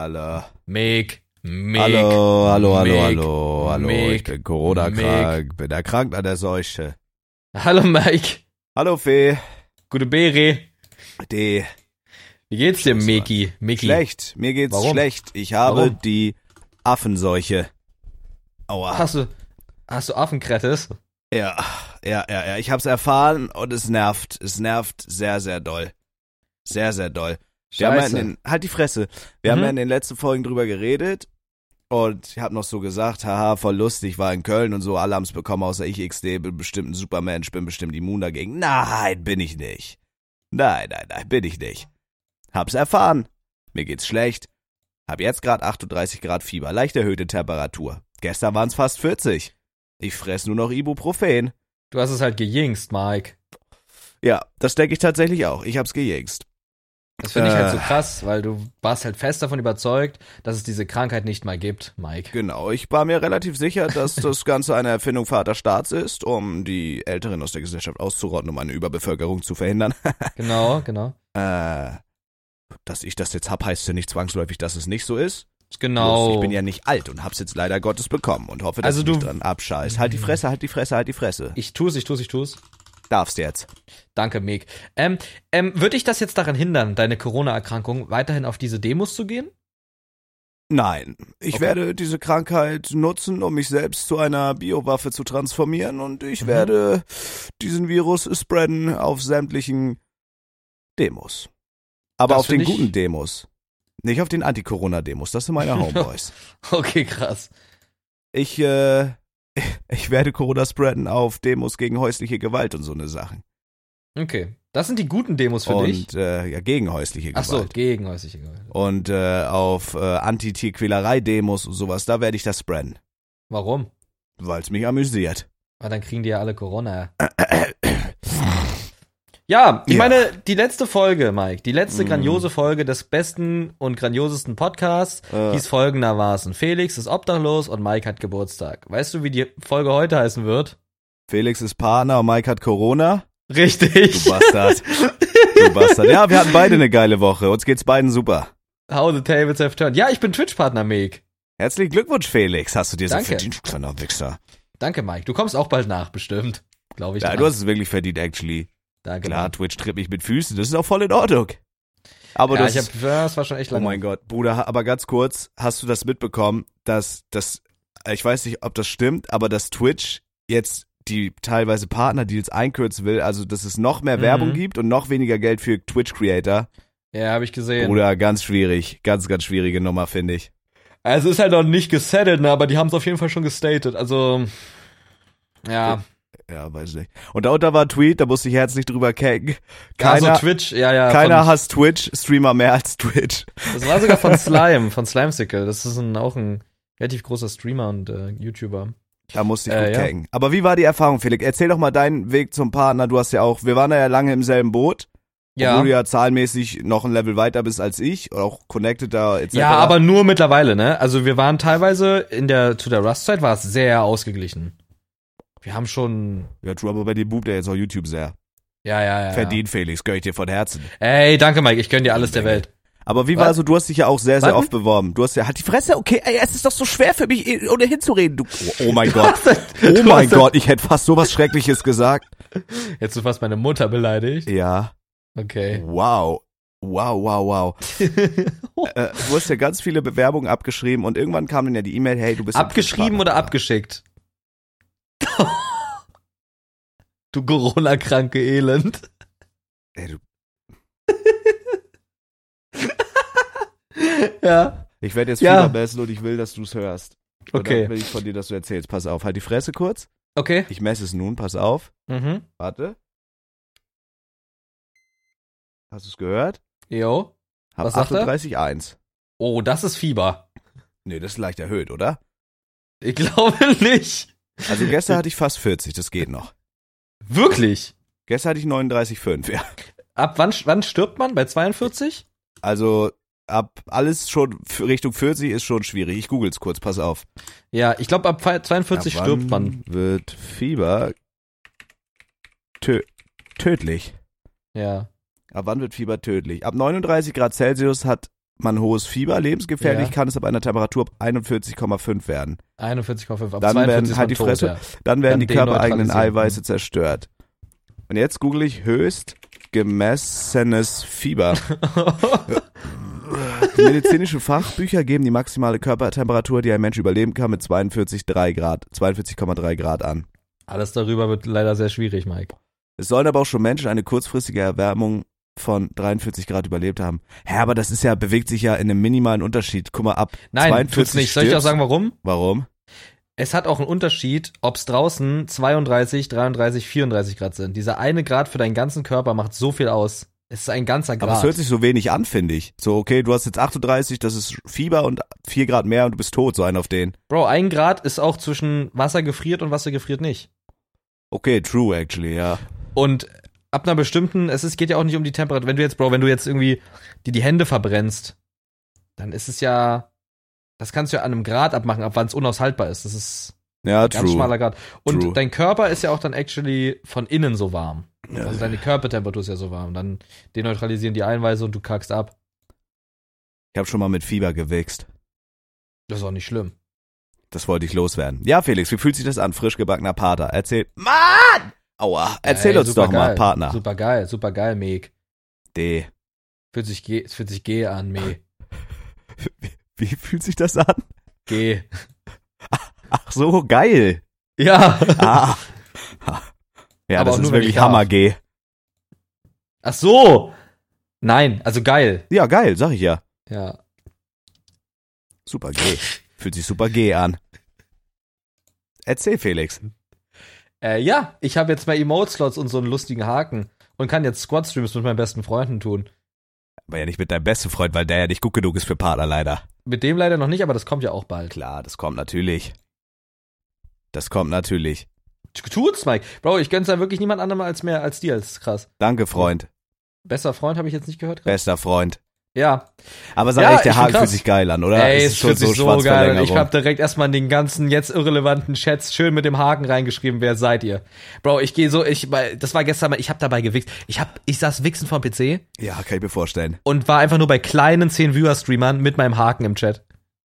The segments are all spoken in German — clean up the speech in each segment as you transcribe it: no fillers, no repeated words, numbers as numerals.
Hallo. Mick. Hallo. Mick. Ich bin Corona-krank, bin erkrankt an der Seuche. Hallo Mike. Hallo Fee. Gute Bere. Wie geht's dir, Mickey? Schlecht, mir geht's Warum? schlecht. Ich habe Warum? die Affenseuche. Aua. Hast du Affenkrettes? Ja. Ich hab's erfahren und es nervt. Es nervt sehr, sehr doll. Sehr, sehr doll. Wir haben halt die Fresse. Wir haben ja in den letzten Folgen drüber geredet und ich habe noch so gesagt, haha, voll lustig, war in Köln und so, alle haben's bekommen, außer ich XD, bin bestimmt ein Supermensch, bin bestimmt immun dagegen. Nein, bin ich nicht. Nein, bin ich nicht. Hab's erfahren. Mir geht's schlecht. Hab jetzt gerade 38 Grad Fieber, leicht erhöhte Temperatur. Gestern waren's fast 40. Ich fress nur noch Ibuprofen. Du hast es halt gejinxt, Mike. Ja, das denke ich tatsächlich auch. Ich hab's gejinxt. Das finde ich halt so krass, weil du warst halt fest davon überzeugt, dass es diese Krankheit nicht mal gibt, Mike. Genau, ich war mir relativ sicher, dass das Ganze eine Erfindung Vaterstaats ist, um die Älteren aus der Gesellschaft auszurotten, um eine Überbevölkerung zu verhindern. Genau. Dass ich das jetzt hab, heißt ja nicht zwangsläufig, dass es nicht so ist. Genau. Bloß ich bin ja nicht alt und hab's jetzt leider Gottes bekommen und hoffe, dass Also du mich dran abscheißt. Halt die Fresse. Ich tu's. Darfst jetzt. Danke, Mick. Würde dich das jetzt daran hindern, deine Corona-Erkrankung weiterhin auf diese Demos zu gehen? Nein, ich Okay. werde diese Krankheit nutzen, um mich selbst zu einer Biowaffe zu transformieren und ich werde diesen Virus spreaden auf sämtlichen Demos. Aber Das auf den find ich- guten Demos. Nicht auf den Anti-Corona-Demos, das sind meine Homeboys. Okay, krass. Ich werde Corona spreaden auf Demos gegen häusliche Gewalt und so eine Sachen. Okay. Das sind die guten Demos für dich? Und gegen häusliche Ach Gewalt. so, gegen häusliche Gewalt. Und auf Anti-Tierquälerei-Demos und sowas, da werde ich das spreaden. Warum? Weil es mich amüsiert. Weil dann kriegen die ja alle Corona. Ja, ich meine, die letzte Folge, Mike, die letzte grandiose Folge des besten und grandiosesten Podcasts hieß folgendermaßen: Felix ist obdachlos und Mike hat Geburtstag. Weißt du, wie die Folge heute heißen wird? Felix ist Partner und Mike hat Corona. Richtig. Du Bastard. Ja, wir hatten beide eine geile Woche. Uns geht's beiden super. How the tables have turned. Ja, ich bin Twitch-Partner, Mike. Herzlichen Glückwunsch, Felix. Hast du dir so Danke. verdient, kleiner Wichser. Danke, Mike. Du kommst auch bald nach, bestimmt. Glaube ich. Ja, nach. du hast es wirklich verdient, actually. Danke. Klar, Twitch tritt mich mit Füßen. Das ist auch voll in Ordnung. Aber Ja, das war schon echt oh lange. mein Gott, Bruder, aber ganz kurz, hast du das mitbekommen, dass das, ich weiß nicht, ob das stimmt, aber dass Twitch jetzt die teilweise Partner, die jetzt einkürzen will, also dass es noch mehr Werbung gibt und noch weniger Geld für Twitch-Creator. Ja, habe ich gesehen. Bruder, ganz schwierig. Ganz schwierige Nummer, finde ich. Also ist halt noch nicht gesettelt, ne, aber die haben es auf jeden Fall schon gestatet. Also, ja. Ja, weiß nicht. Und darunter war ein Tweet, da musste ich herzlich drüber kecken. Also Twitch, ja. Keiner hasst Twitch, Streamer mehr als Twitch. Das war sogar von Slime, von Slimesicle. Das ist auch ein relativ großer Streamer und YouTuber. Da musste ich gut ja. kecken. Aber wie war die Erfahrung, Felix? Erzähl doch mal deinen Weg zum Partner. Du hast ja auch, wir waren ja lange im selben Boot. Ja. Obwohl du ja zahlenmäßig noch ein Level weiter bist als ich, oder auch connected da etc. Ja, aber nur mittlerweile, ne? Also wir waren teilweise zu der Rust-Zeit war es sehr ausgeglichen. Wir haben schon. Ja, true, aber bei dem boomt der jetzt auf YouTube sehr. Ja. Verdient, Felix, gönn ich dir von Herzen. Ey, danke, Mike, ich gönn dir alles der Welt. Aber wie Was? war also, du hast dich ja auch sehr, sehr Warte. oft beworben. Du hast ja, halt die Fresse, okay, ey, es ist doch so schwer für mich, ohne hinzureden. Oh mein Gott. Oh mein Gott, ich hätte fast sowas Schreckliches gesagt. Hättest du fast meine Mutter beleidigt? Ja. Okay. Wow. Du hast ja ganz viele Bewerbungen abgeschrieben und irgendwann kam dann ja die E-Mail, hey, du bist Abgeschrieben oder abgeschickt? Du Corona-kranke Elend. Ey, du, Ja. ich werde jetzt Ja. Fieber messen und ich will, dass du es hörst. Und Okay. dann will ich von dir, dass du erzählst. Pass auf, halt die Fresse kurz. Okay. Ich messe es nun, pass auf. Mhm. Warte. Hast du es gehört? Jo. Hab Was sagt er? 38,1. Oh, das ist Fieber. Nee, das ist leicht erhöht, oder? Ich glaube nicht. Also gestern hatte ich fast 40, das geht noch. Wirklich? Gestern hatte ich 39,5, ja. Ab wann stirbt man? Bei 42? Also ab alles schon Richtung 40 ist schon schwierig. Ich google's kurz, pass auf. Ja, ich glaube ab 42 Ab stirbt wann man. wird Fieber tödlich? Ja. Ab wann wird Fieber tödlich? Ab 39 Grad Celsius hat man hohes Fieber, lebensgefährlich kann es ab einer Temperatur 41,5 werden. 41,5, ab dann 42 werden ist halt man die Fresse, tot, dann werden die körpereigenen deneutralisiert. Eiweiße zerstört. Und jetzt google ich höchst gemessenes Fieber. Die medizinischen Fachbücher geben die maximale Körpertemperatur, die ein Mensch überleben kann, mit 42,3 Grad an. Alles darüber wird leider sehr schwierig, Mike. Es sollen aber auch schon Menschen eine kurzfristige Erwärmung von 43 Grad überlebt haben. Hä, aber das ist ja, bewegt sich ja in einem minimalen Unterschied. Guck mal, ab Nein, 42 tut's nicht. Soll ich auch sagen, warum? Warum? Es hat auch einen Unterschied, ob es draußen 32, 33, 34 Grad sind. Dieser eine Grad für deinen ganzen Körper macht so viel aus. Es ist ein ganzer Grad. Aber es hört sich so wenig an, finde ich. So, okay, du hast jetzt 38, das ist Fieber und 4 Grad mehr und du bist tot, so ein auf den. Bro, 1 Grad ist auch zwischen Wasser gefriert und Wasser gefriert nicht. Okay, true actually, ja. Und ab einer bestimmten, geht ja auch nicht um die Temperatur. Wenn du jetzt irgendwie dir die Hände verbrennst, dann ist es ja, das kannst du ja an einem Grad abmachen, ab wann es unaushaltbar ist. Das ist ja, ein ganz schmaler Grad. Und true. Dein Körper ist ja auch dann actually von innen so warm. Also deine Körpertemperatur ist ja so warm. Dann deneutralisieren die Eiweiße und du kackst ab. Ich habe schon mal mit Fieber gewichst. Das ist auch nicht schlimm. Das wollte ich loswerden. Ja, Felix, wie fühlt sich das an? Frisch gebackener Pater. Erzähl. Mann! Aua, erzähl uns doch mal, Partner. Super geil, Meg. D. Fühlt sich G an, Me. Wie fühlt sich das an? G. Ach so, geil. Ja. Ah. Ja, aber das ist nur, wenn wirklich ich darf. Hammer G. Ach so. Nein, also geil. Ja, geil, sag ich ja. Ja. Super G. Fühlt sich super G an. Erzähl, Felix. Ja, ich habe jetzt mal Emote-Slots und so einen lustigen Haken und kann jetzt Squad-Streams mit meinen besten Freunden tun. Aber ja nicht mit deinem besten Freund, weil der ja nicht gut genug ist für Partner, leider. Mit dem leider noch nicht, aber das kommt ja auch bald. Klar, das kommt natürlich. Das kommt natürlich. Tut's, Mike. Bro, ich gönn's ja wirklich niemand anderem als dir. Das ist krass. Danke, Freund. Besser Freund habe ich jetzt nicht gehört. Bester Freund. Ja. Aber sag echt, der Haken fühlt sich geil an, oder? Ey, es fühlt sich so geil an. Ich hab hab direkt erstmal in den ganzen jetzt irrelevanten Chats schön mit dem Haken reingeschrieben, wer seid ihr? Bro, das war gestern mal, ich hab dabei gewichst. Ich saß wichsen vom PC. Ja, kann ich mir vorstellen. Und war einfach nur bei kleinen 10-Viewer-Streamern mit meinem Haken im Chat.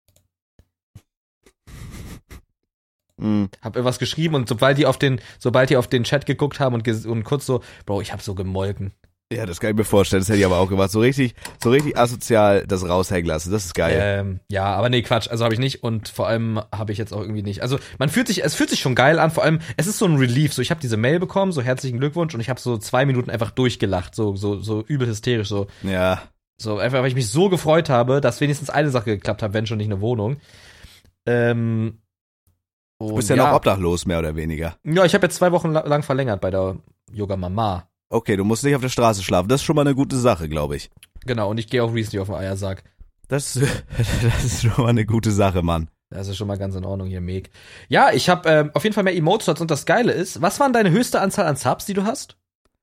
Hab irgendwas geschrieben und sobald die auf den Chat geguckt haben und kurz so, Bro, ich hab so gemolken. Ja, das kann ich mir vorstellen. Das hätte ich aber auch gemacht. So richtig asozial das raushängen lassen. Das ist geil. Ja, aber nee, Quatsch. Also habe ich nicht und vor allem habe ich jetzt auch irgendwie nicht. Also es fühlt sich schon geil an. Vor allem, es ist so ein Relief. So, ich habe diese Mail bekommen, so herzlichen Glückwunsch und ich habe so 2 Minuten einfach durchgelacht. So übel hysterisch. So. Ja. So einfach, weil ich mich so gefreut habe, dass wenigstens eine Sache geklappt hat, wenn schon nicht eine Wohnung. Du bist ja noch obdachlos, mehr oder weniger. Ja, ich habe jetzt 2 Wochen lang verlängert bei der Yoga Mama. Okay, du musst nicht auf der Straße schlafen. Das ist schon mal eine gute Sache, glaube ich. Genau, und ich gehe auch recently auf den Eiersack. Das ist schon mal eine gute Sache, Mann. Das ist schon mal ganz in Ordnung hier, Meg. Ja, ich habe auf jeden Fall mehr Emote-Slots und das Geile ist, was waren deine höchste Anzahl an Subs, die du hast?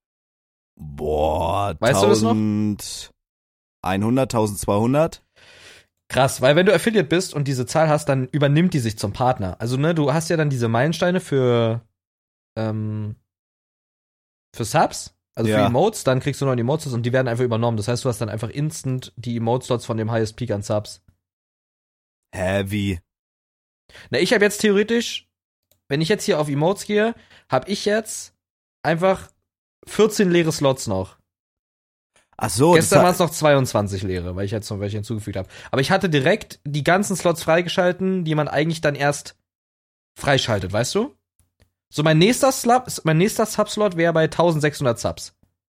Boah, weißt du das noch? 1100, 1200? Krass, weil wenn du Affiliate bist und diese Zahl hast, dann übernimmt die sich zum Partner. Also, ne, du hast ja dann diese Meilensteine für Subs. Also für Emotes, dann kriegst du noch die Emotes und die werden einfach übernommen. Das heißt, du hast dann einfach instant die Emote-Slots von dem Highest Peak an Subs. Wie? Na, ich habe jetzt theoretisch, wenn ich jetzt hier auf Emotes gehe, habe ich jetzt einfach 14 leere Slots noch. Ach so. Gestern waren es noch 22 leere, weil ich jetzt noch welche hinzugefügt habe. Aber ich hatte direkt die ganzen Slots freigeschalten, die man eigentlich dann erst freischaltet, weißt du? So, mein nächster Subslot wäre bei 1600 Subs.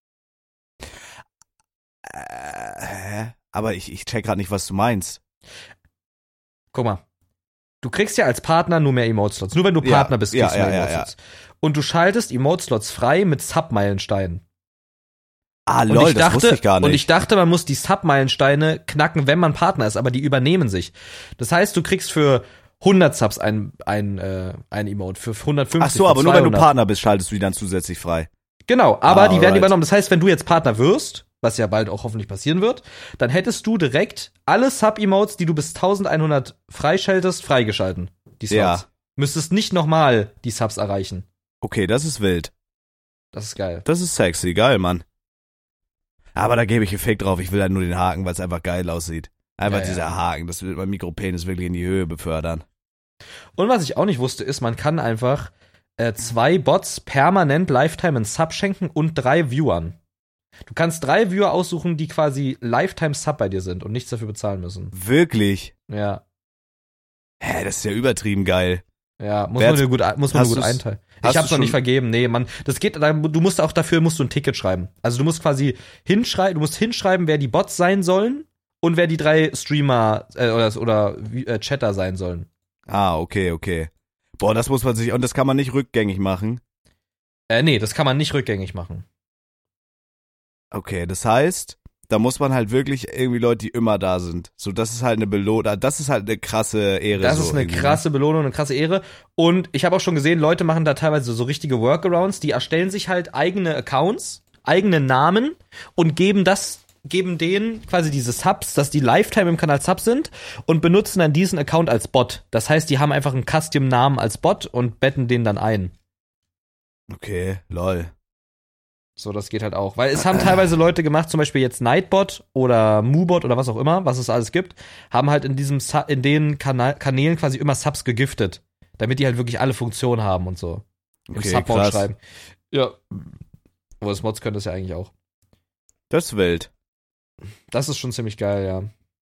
Aber ich check gerade nicht, was du meinst. Guck mal. Du kriegst ja als Partner nur mehr Emote-Slots. Nur wenn du Partner bist, kriegst du mehr Emote-Slots. Und du schaltest Emote-Slots frei mit Sub-Meilensteinen. Ah, lol, das wusste ich gar nicht. Und ich dachte, man muss die Sub-Meilensteine knacken, wenn man Partner ist, aber die übernehmen sich. Das heißt, du kriegst für 100 Subs ein Emote, für 150. Ach so, aber nur wenn du Partner bist, schaltest du die dann zusätzlich frei. Genau, aber die werden übernommen. Das heißt, wenn du jetzt Partner wirst, was ja bald auch hoffentlich passieren wird, dann hättest du direkt alle Sub-Emotes, die du bis 1100 freischaltest, freigeschalten. Die Slots. Ja. Müsstest nicht nochmal die Subs erreichen. Okay, das ist wild. Das ist geil. Das ist sexy, geil, Mann. Aber da gebe ich einen Fake drauf. Ich will halt nur den Haken, weil es einfach geil aussieht. Einfach dieser Haken, das wird mein Mikropenis wirklich in die Höhe befördern. Und was ich auch nicht wusste, ist, man kann einfach 2 Bots permanent Lifetime einen Sub schenken und 3 Viewern. Du kannst 3 Viewer aussuchen, die quasi Lifetime Sub bei dir sind und nichts dafür bezahlen müssen. Wirklich? Ja. Hä, das ist ja übertrieben geil. Ja, muss man nur gut einteilen. Ich hab's noch nicht vergeben. Nee, das geht, du musst auch dafür ein Ticket schreiben. Also du musst quasi hinschreiben, wer die Bots sein sollen und wer die 3 Streamer oder Chatter sein sollen. Ah, okay. Boah, das muss man sich, und das kann man nicht rückgängig machen? Nee, das kann man nicht rückgängig machen. Okay, das heißt, da muss man halt wirklich irgendwie Leute, die immer da sind. So, das ist halt eine Belohnung, das ist halt eine krasse Ehre. Das ist eine krasse Belohnung, eine krasse Ehre. Und ich habe auch schon gesehen, Leute machen da teilweise so richtige Workarounds, die erstellen sich halt eigene Accounts, eigene Namen und geben denen quasi diese Subs, dass die Lifetime im Kanal Subs sind und benutzen dann diesen Account als Bot. Das heißt, die haben einfach einen Custom-Namen als Bot und betten den dann ein. Okay, lol. So, das geht halt auch. Weil es haben teilweise Leute gemacht, zum Beispiel jetzt Nightbot oder Moobot oder was auch immer, was es alles gibt, haben halt in den Kanälen quasi immer Subs gegiftet. Damit die halt wirklich alle Funktionen haben und so. Im Okay, Submod krass. schreiben. Ja. Aber das Mods können das ja eigentlich auch. Das ist wild. Das ist schon ziemlich geil, ja.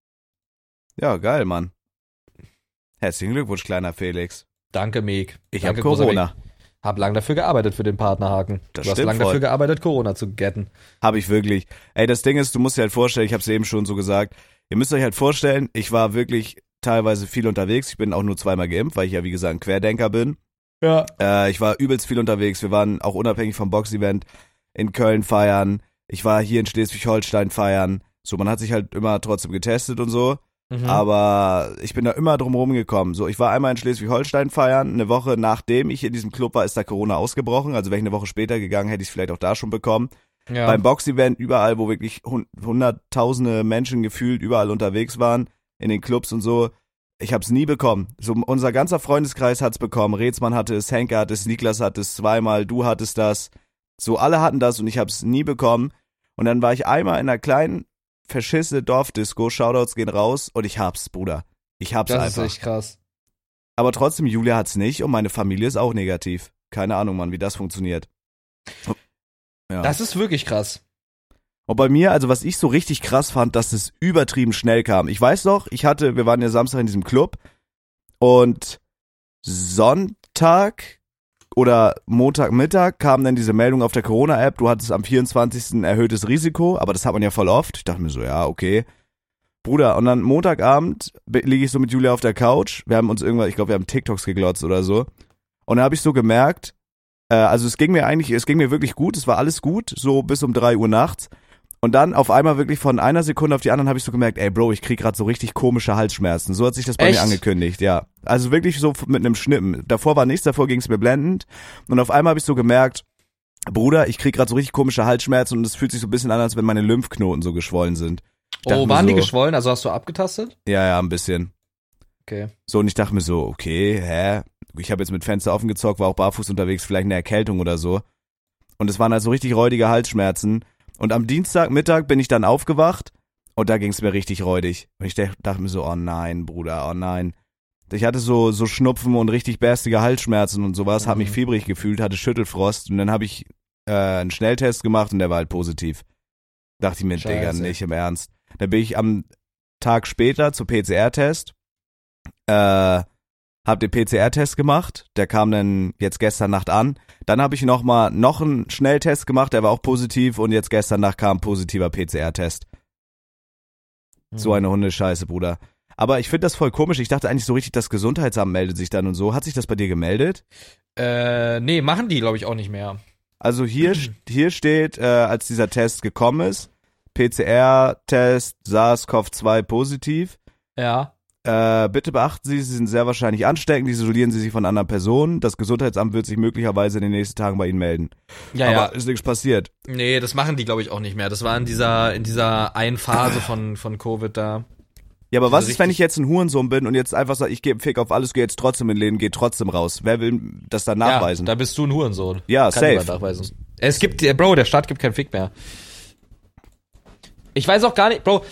Ja, geil, Mann. Herzlichen Glückwunsch, kleiner Felix. Danke, Meg. Ich habe Corona. Hab lang dafür gearbeitet für den Partnerhaken. Das du hast stimmt lang voll. dafür gearbeitet, Corona zu getten. Habe ich wirklich. Ey, das Ding ist, du musst dir halt vorstellen, ich habe es eben schon so gesagt, ihr müsst euch halt vorstellen, ich war wirklich teilweise viel unterwegs. Ich bin auch nur 2-mal geimpft, weil ich ja, wie gesagt, ein Querdenker bin. Ja. Ich war übelst viel unterwegs. Wir waren auch unabhängig vom Box-Event in Köln feiern. Ich war hier in Schleswig-Holstein feiern. So, man hat sich halt immer trotzdem getestet und so. Mhm. Aber ich bin da immer drum rumgekommen. So, ich war einmal in Schleswig-Holstein feiern. Eine Woche nachdem ich in diesem Club war, ist da Corona ausgebrochen. Also wäre ich eine Woche später gegangen, hätte ich es vielleicht auch da schon bekommen. Ja. Beim Box-Event überall, wo wirklich hunderttausende Menschen gefühlt überall unterwegs waren, in den Clubs und so. Ich hab's nie bekommen. So, unser ganzer Freundeskreis hat's bekommen. Rätsmann hatte es, Henke hatte es, Niklas hatte es zweimal, du hattest das. So, alle hatten das und ich hab's nie bekommen. Und dann war ich einmal in einer kleinen, verschissene Dorfdisco, Shoutouts gehen raus und ich hab's, Bruder. Ich hab's einfach. Das ist echt krass. Aber trotzdem, Julia hat's nicht und meine Familie ist auch negativ. Keine Ahnung, Mann, wie das funktioniert. Ja. Das ist wirklich krass. Und bei mir, also was ich so richtig krass fand, dass es übertrieben schnell kam. Ich weiß noch, wir waren ja Samstag in diesem Club und Sonntag oder Montagmittag kam dann diese Meldung auf der Corona-App, du hattest am 24. ein erhöhtes Risiko, aber das hat man ja voll oft. Ich dachte mir so, ja, okay. Bruder, und dann Montagabend liege ich so mit Julia auf der Couch, wir haben uns ich glaube, wir haben TikToks geglotzt oder so. Und dann habe ich so gemerkt, also es ging mir wirklich gut, es war alles gut, so bis um 3 Uhr nachts. Und dann auf einmal wirklich von einer Sekunde auf die andere habe ich so gemerkt, ey Bro, ich krieg gerade so richtig komische Halsschmerzen. So hat sich das bei mir angekündigt, ja. Also wirklich so mit einem Schnippen. Davor war nichts, davor ging es mir blendend. Und auf einmal habe ich so gemerkt, Bruder, ich krieg gerade so richtig komische Halsschmerzen und es fühlt sich so ein bisschen an, als wenn meine Lymphknoten so geschwollen sind. Oh, waren die geschwollen? Also hast du abgetastet? Ja, ein bisschen. Okay. So, und ich dachte mir so, okay, ich habe jetzt mit Fenster offen gezockt, war auch barfuß unterwegs, vielleicht eine Erkältung oder so. Und es waren halt so richtig räudige Halsschmerzen. Und am Dienstagmittag bin ich dann aufgewacht und da ging es mir richtig räudig. Und ich dachte mir so, oh nein, Bruder, oh nein. Ich hatte so Schnupfen und richtig bärstige Halsschmerzen und sowas, habe mich fiebrig gefühlt, hatte Schüttelfrost und dann habe ich einen Schnelltest gemacht und der war halt positiv. Dachte ich mir, Scheiße. Digga, nicht im Ernst. Dann bin ich am Tag später zur PCR-Test, hab den PCR-Test gemacht, der kam dann jetzt gestern Nacht an. Dann habe ich noch einen Schnelltest gemacht, der war auch positiv und jetzt gestern Nacht kam ein positiver PCR-Test. So eine Hundescheiße, Bruder. Aber ich finde das voll komisch. Ich dachte eigentlich so richtig, das Gesundheitsamt meldet sich dann und so. Hat sich das bei dir gemeldet? Nee, machen die, glaube ich, auch nicht mehr. Also hier steht, als dieser Test gekommen ist, PCR-Test SARS-CoV-2 positiv. Ja. Bitte beachten Sie sind sehr wahrscheinlich ansteckend, isolieren Sie sich von anderen Personen. Das Gesundheitsamt wird sich möglicherweise in den nächsten Tagen bei Ihnen melden. Ja, aber ist nichts passiert. Nee, das machen die, glaube ich, auch nicht mehr. Das war in dieser einen Phase von Covid da. Ja, aber was ist, wenn ich jetzt ein Hurensohn bin und jetzt einfach sage, ich gebe Fick auf alles, gehe jetzt trotzdem in den Läden, gehe trotzdem raus. Wer will das dann nachweisen? Ja, da bist du ein Hurensohn. Ja, Kann safe. niemand nachweisen. Der Staat gibt keinen Fick mehr. Ich weiß auch gar nicht, Bro,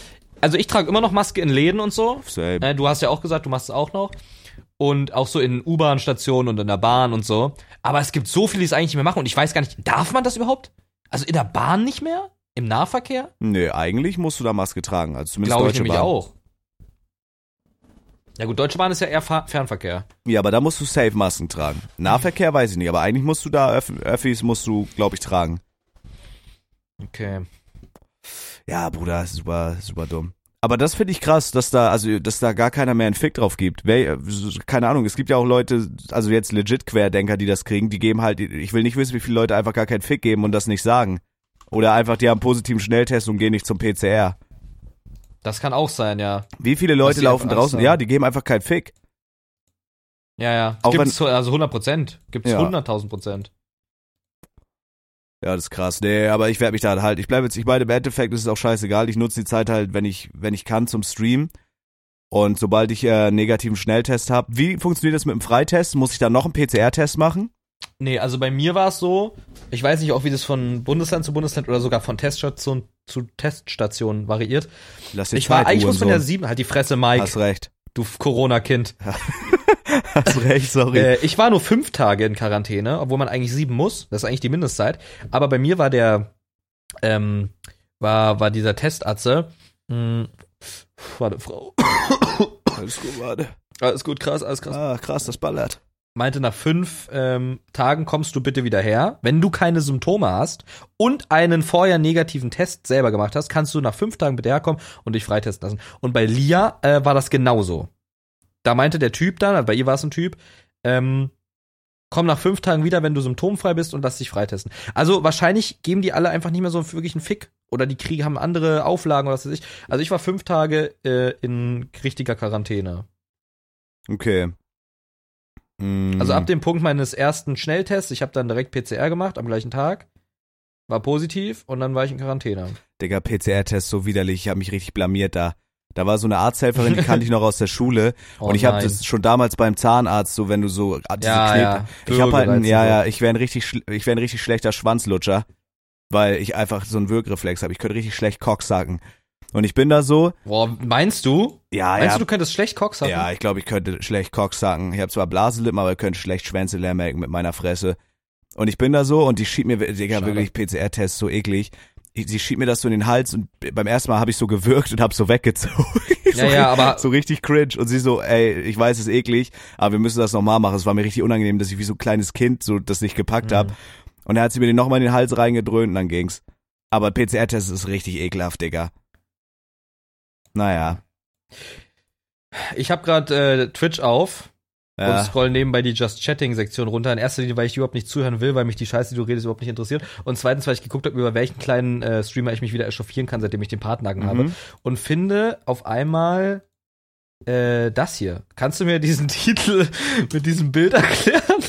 Also ich trage immer noch Maske in Läden und so. Same. Du hast ja auch gesagt, du machst es auch noch. Und auch so in U-Bahn-Stationen und in der Bahn und so. Aber es gibt so viele, die es eigentlich nicht mehr machen. Und ich weiß gar nicht, darf man das überhaupt? Also in der Bahn nicht mehr? Im Nahverkehr? Nee, eigentlich musst du da Maske tragen. Also zumindest Glaube ich Deutsche nämlich Bahn. auch. Ja gut, Deutsche Bahn ist ja eher Fernverkehr. Ja, aber da musst du safe Masken tragen. Nahverkehr weiß ich nicht, aber eigentlich musst du da Öffis musst du, glaube ich, tragen. Okay. Ja, Bruder, super, super dumm. Aber das finde ich krass, dass da gar keiner mehr einen Fick drauf gibt. Keine Ahnung, es gibt ja auch Leute, also jetzt legit Querdenker, die das kriegen, die geben halt, ich will nicht wissen, wie viele Leute einfach gar keinen Fick geben und das nicht sagen. Oder einfach, die haben einen positiven Schnelltest und gehen nicht zum PCR. Das kann auch sein, ja. Wie viele Leute laufen draußen? Ja, die geben einfach keinen Fick. Ja. Auch Gibt's also 100%. Gibt's 100.000%. Ja, das ist krass. Nee, aber ich werde mich da halt, ich meine, im Endeffekt ist es auch scheißegal. Ich nutze die Zeit halt, wenn ich kann, zum Stream. Und sobald ich negativen Schnelltest habe. Wie funktioniert das mit dem Freitest? Muss ich da noch einen PCR-Test machen? Nee, also bei mir war es so, ich weiß nicht auch, wie das von Bundesland zu Bundesland oder sogar von Teststation zu Teststation variiert. Ich war eigentlich muss von der 7, halt die Fresse, Mike. Hast recht. Du Corona-Kind. Hast recht, sorry. Ich war nur 5 Tage in Quarantäne, obwohl man eigentlich 7 muss. Das ist eigentlich die Mindestzeit. Aber bei mir war war dieser Testatze. Warte, Frau. Alles gut, warte. Alles gut, krass, alles krass. Ah, krass, das ballert. Meinte, nach 5 Tagen kommst du bitte wieder her. Wenn du keine Symptome hast und einen vorher negativen Test selber gemacht hast, kannst du nach 5 Tagen bitte herkommen und dich freitesten lassen. Und bei Lia war das genauso. Da meinte der Typ dann, also bei ihr war es ein Typ, komm nach 5 Tagen wieder, wenn du symptomfrei bist und lass dich freitesten. Also wahrscheinlich geben die alle einfach nicht mehr so wirklich einen Fick. Oder die haben andere Auflagen oder was weiß ich. Also ich war 5 Tage in richtiger Quarantäne. Okay. Also ab dem Punkt meines ersten Schnelltests, ich habe dann direkt PCR gemacht am gleichen Tag, war positiv und dann war ich in Quarantäne. Digga, PCR-Test so widerlich, ich habe mich richtig blamiert da. Da war so eine Arzthelferin, die kannte ich noch aus der Schule und ich habe das schon damals beim Zahnarzt, so wenn du so ich habe halt ich wäre ein richtig schlechter Schwanzlutscher, weil ich einfach so einen Wirkreflex habe. Ich könnte richtig schlecht Cock sagen. Und ich bin da so. Boah, meinst du? Ja, Meinst du könntest schlecht Cock sagen? Ja, ich glaube, ich könnte schlecht Cock sagen. Ich habe zwar Blasenlippen, aber ich könnte schlecht Schwänze leer melken mit meiner Fresse. Und ich bin da so und die schiebt mir, Digga, wirklich PCR-Test so eklig. Sie schiebt mir das so in den Hals und beim ersten Mal habe ich so gewürgt und habe so weggezogen. Aber so richtig cringe. Und sie so, ey, ich weiß, es ist eklig, aber wir müssen das nochmal machen. Es war mir richtig unangenehm, dass ich wie so ein kleines Kind so das nicht gepackt habe. Und dann hat sie mir den nochmal in den Hals reingedröhnt und dann ging's. Aber PCR-Test ist richtig ekelhaft, Digga. Naja. Ich habe gerade Twitch auf und scroll nebenbei die Just Chatting-Sektion runter. In erster Linie, weil ich überhaupt nicht zuhören will, weil mich die Scheiße, die du redest, überhaupt nicht interessiert. Und zweitens, weil ich geguckt habe, über welchen kleinen Streamer ich mich wieder echauffieren kann, seitdem ich den Partnernacken habe. Und finde auf einmal das hier. Kannst du mir diesen Titel mit diesem Bild erklären?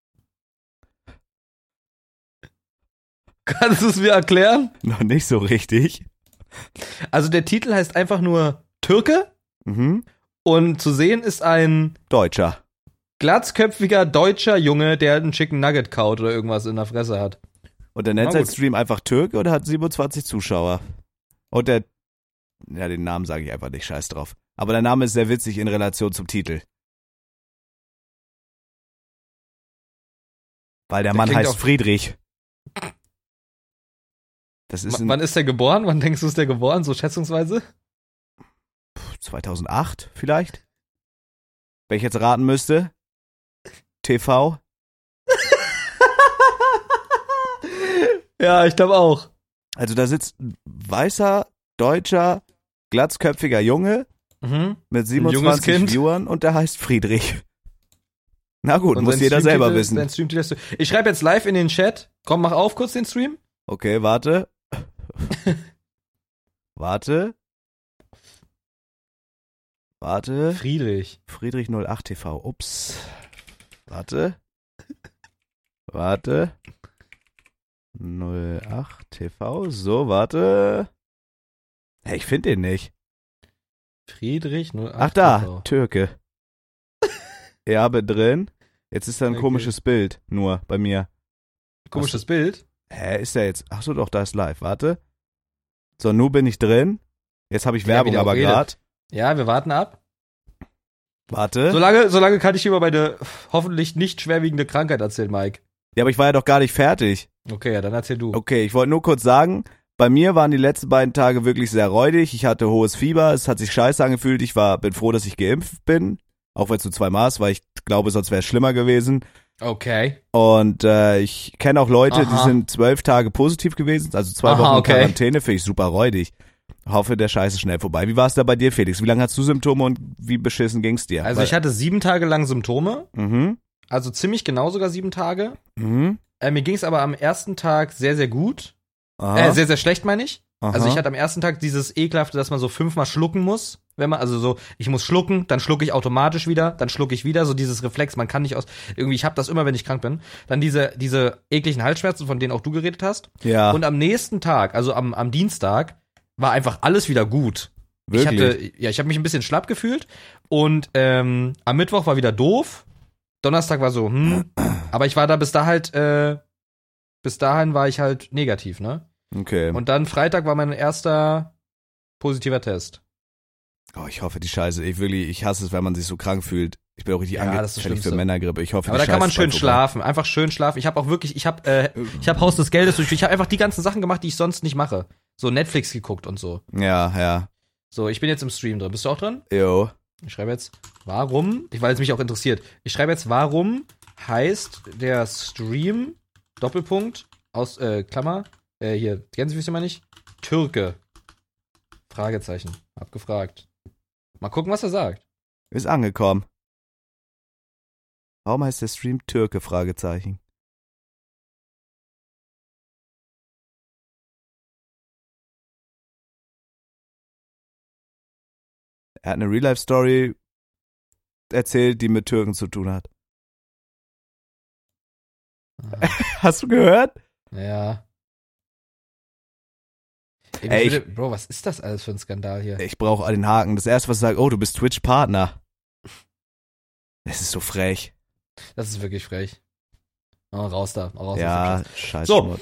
Kannst du es mir erklären? Noch nicht so richtig. Also der Titel heißt einfach nur Türke und zu sehen ist ein Deutscher. Glatzköpfiger deutscher Junge, der einen Chicken Nugget kaut oder irgendwas in der Fresse hat. Und der nennt sein Stream einfach Türke oder hat 27 Zuschauer? Und den Namen sage ich einfach nicht, scheiß drauf. Aber der Name ist sehr witzig in Relation zum Titel. Weil der Mann heißt Friedrich. Das ist wann ist der geboren? Wann denkst du, ist der geboren? So schätzungsweise? 2008 vielleicht? Wenn ich jetzt raten müsste. TV? Ja, ich glaube auch. Also da sitzt ein weißer, deutscher, glatzköpfiger Junge mit 27 Viewern und der heißt Friedrich. Na gut, und muss jeder selber wissen. Ich schreibe jetzt live in den Chat. Komm, mach auf kurz den Stream. Okay, warte. Warte. Friedrich 08 TV. Ups. Warte. 08 TV. So, warte. Hey, ich finde den nicht. Friedrich 08 Ach da, TV. Türke. Erbe drin. Jetzt ist da ein komisches Bild nur bei mir. Komisches Bild? Hä, ist der jetzt? Ach so, doch, da ist live. Warte. So, nun bin ich drin. Jetzt habe ich Werbung aber gerade. Ja, wir warten ab. Warte. Solange kann ich über meine hoffentlich nicht schwerwiegende Krankheit erzählen, Mike. Ja, aber ich war ja doch gar nicht fertig. Okay, ja, dann erzähl du. Okay, ich wollte nur kurz sagen, bei mir waren die letzten beiden Tage wirklich sehr räudig. Ich hatte hohes Fieber, es hat sich scheiße angefühlt. Bin froh, dass ich geimpft bin. Auch wenn es nur 2-mal ist, weil ich glaube, sonst wäre es schlimmer gewesen. Okay. Und ich kenne auch Leute, die sind 12 Tage positiv gewesen, also 2 Wochen Quarantäne, finde ich super räudig. Hoffe, der Scheiß ist schnell vorbei. Wie war es da bei dir, Felix? Wie lange hast du Symptome und wie beschissen ging's dir? Also ich hatte 7 Tage lang Symptome. Mhm. Also ziemlich genau sogar 7 Tage. Mhm. Mir ging's aber am ersten Tag sehr, sehr gut. Aha. Sehr, sehr schlecht, meine ich. Aha. Also ich hatte am ersten Tag dieses Ekelhafte, dass man so 5-mal schlucken muss. Wenn man, also so, ich muss schlucken, dann schlucke ich automatisch wieder, dann schlucke ich wieder, so dieses Reflex, man kann nicht irgendwie, ich habe das immer, wenn ich krank bin. Dann diese ekligen Halsschmerzen, von denen auch du geredet hast. Ja. Und am nächsten Tag, also am Dienstag, war einfach alles wieder gut. Wirklich? Ich habe mich ein bisschen schlapp gefühlt und am Mittwoch war wieder doof. Donnerstag war so, aber ich war da bis dahin war ich halt negativ, ne? Okay. Und dann Freitag war mein erster positiver Test. Oh, ich hoffe, die Scheiße. Ich hasse es, wenn man sich so krank fühlt. Ich bin auch richtig anfällig für Männergrippe. Ich hoffe, aber die da kann man Scheiße schön schlafen. Einfach schön schlafen. Ich habe auch wirklich, ich habe Haus des Geldes durch. Ich habe einfach die ganzen Sachen gemacht, die ich sonst nicht mache. So Netflix geguckt und so. Ja. So, ich bin jetzt im Stream drin. Bist du auch drin? Jo. Ich schreibe jetzt, weil es mich auch interessiert. Ich schreibe jetzt, warum heißt der Stream, Doppelpunkt, aus, Klammer, hier, Gänsefüßchen meine ich, Türke. Fragezeichen. Hab gefragt. Mal gucken, was er sagt. Ist angekommen. Warum heißt der Stream Türke? Fragezeichen. Er hat eine Real-Life-Story erzählt, die mit Türken zu tun hat. Hast du gehört? Ja. Bro, was ist das alles für ein Skandal hier? Ich brauche den Haken. Das erste, was sagt, oh, du bist Twitch-Partner. Das ist so frech. Das ist wirklich frech. Oh, raus da. Raus ja, scheiße. So.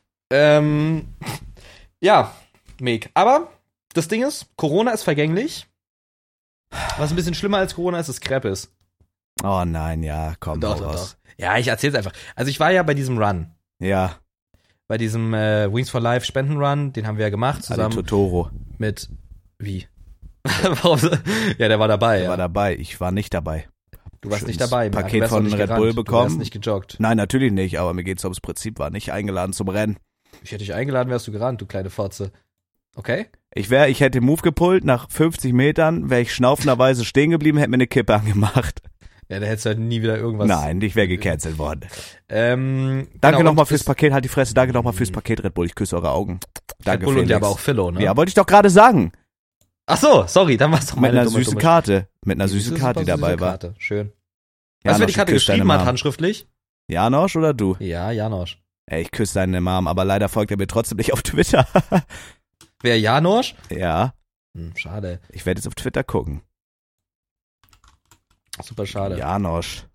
Ja, Meg. Aber das Ding ist, Corona ist vergänglich. Was ein bisschen schlimmer als Corona ist Krebs. Oh nein, ja, komm, doch. Ja, ich erzähl's einfach. Also ich war ja bei diesem Run. Ja. Bei diesem Wings for Life Spendenrun, den haben wir ja gemacht zusammen. Totoro. Mit, wie? Ja, der war dabei. Der war dabei, ich war nicht dabei. Du warst nicht dabei. Paket von Red Bull bekommen. Du hast nicht gejoggt. Nein, natürlich nicht, aber mir geht's ums Prinzip, war nicht eingeladen zum Rennen. Ich hätte dich eingeladen, wärst du gerannt, du kleine Fotze. Okay? Ich hätte den Move gepullt, nach 50 Metern wäre ich schnaufenderweise stehen geblieben, hätte mir eine Kippe angemacht. Ja, da hättest du halt nie wieder irgendwas. Nein, ich wäre gecancelt worden. Danke nochmal fürs Paket, halt die Fresse, danke nochmal fürs Paket Red Bull, ich küsse eure Augen. Danke, Red Bull Felix. Und ja, aber auch Philo, ne? Ja, wollte ich doch gerade sagen. Ach so, sorry, dann war es doch meine dumme Karte. Mit einer süßen Karte, die dabei war. Schön. Weißt du, wer die Karte geschrieben hat, handschriftlich? Janosch oder du? Ja, Janosch. Ey, ich küsse deine Mom, aber leider folgt er mir trotzdem nicht auf Twitter. Wer, Janosch? Ja. Schade. Ich werde jetzt auf Twitter gucken. Super schade. Janosch.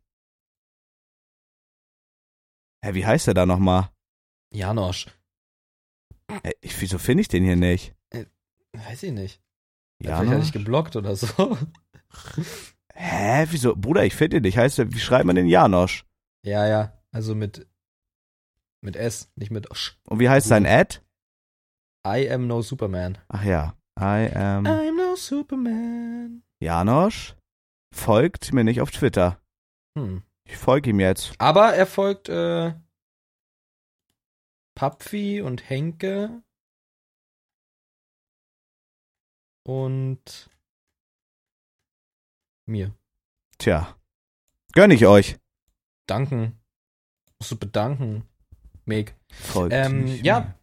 Hä, wie heißt der da nochmal? Janosch. Wieso finde ich den hier nicht? Weiß ich nicht. Janosch? Vielleicht hatte ich geblockt oder so. Hä, wieso? Bruder, ich finde den nicht. Wie schreibt man den Janosch? Ja. Also mit S, nicht mit Osch. Und wie heißt sein Ad? I am no Superman. Ach ja. I'm no Superman. Janosch folgt mir nicht auf Twitter. Ich folge ihm jetzt. Aber er folgt Papfi und Henke und mir. Tja. Gönn ich euch. Danken. Musst du bedanken. Meg. Folgt ja.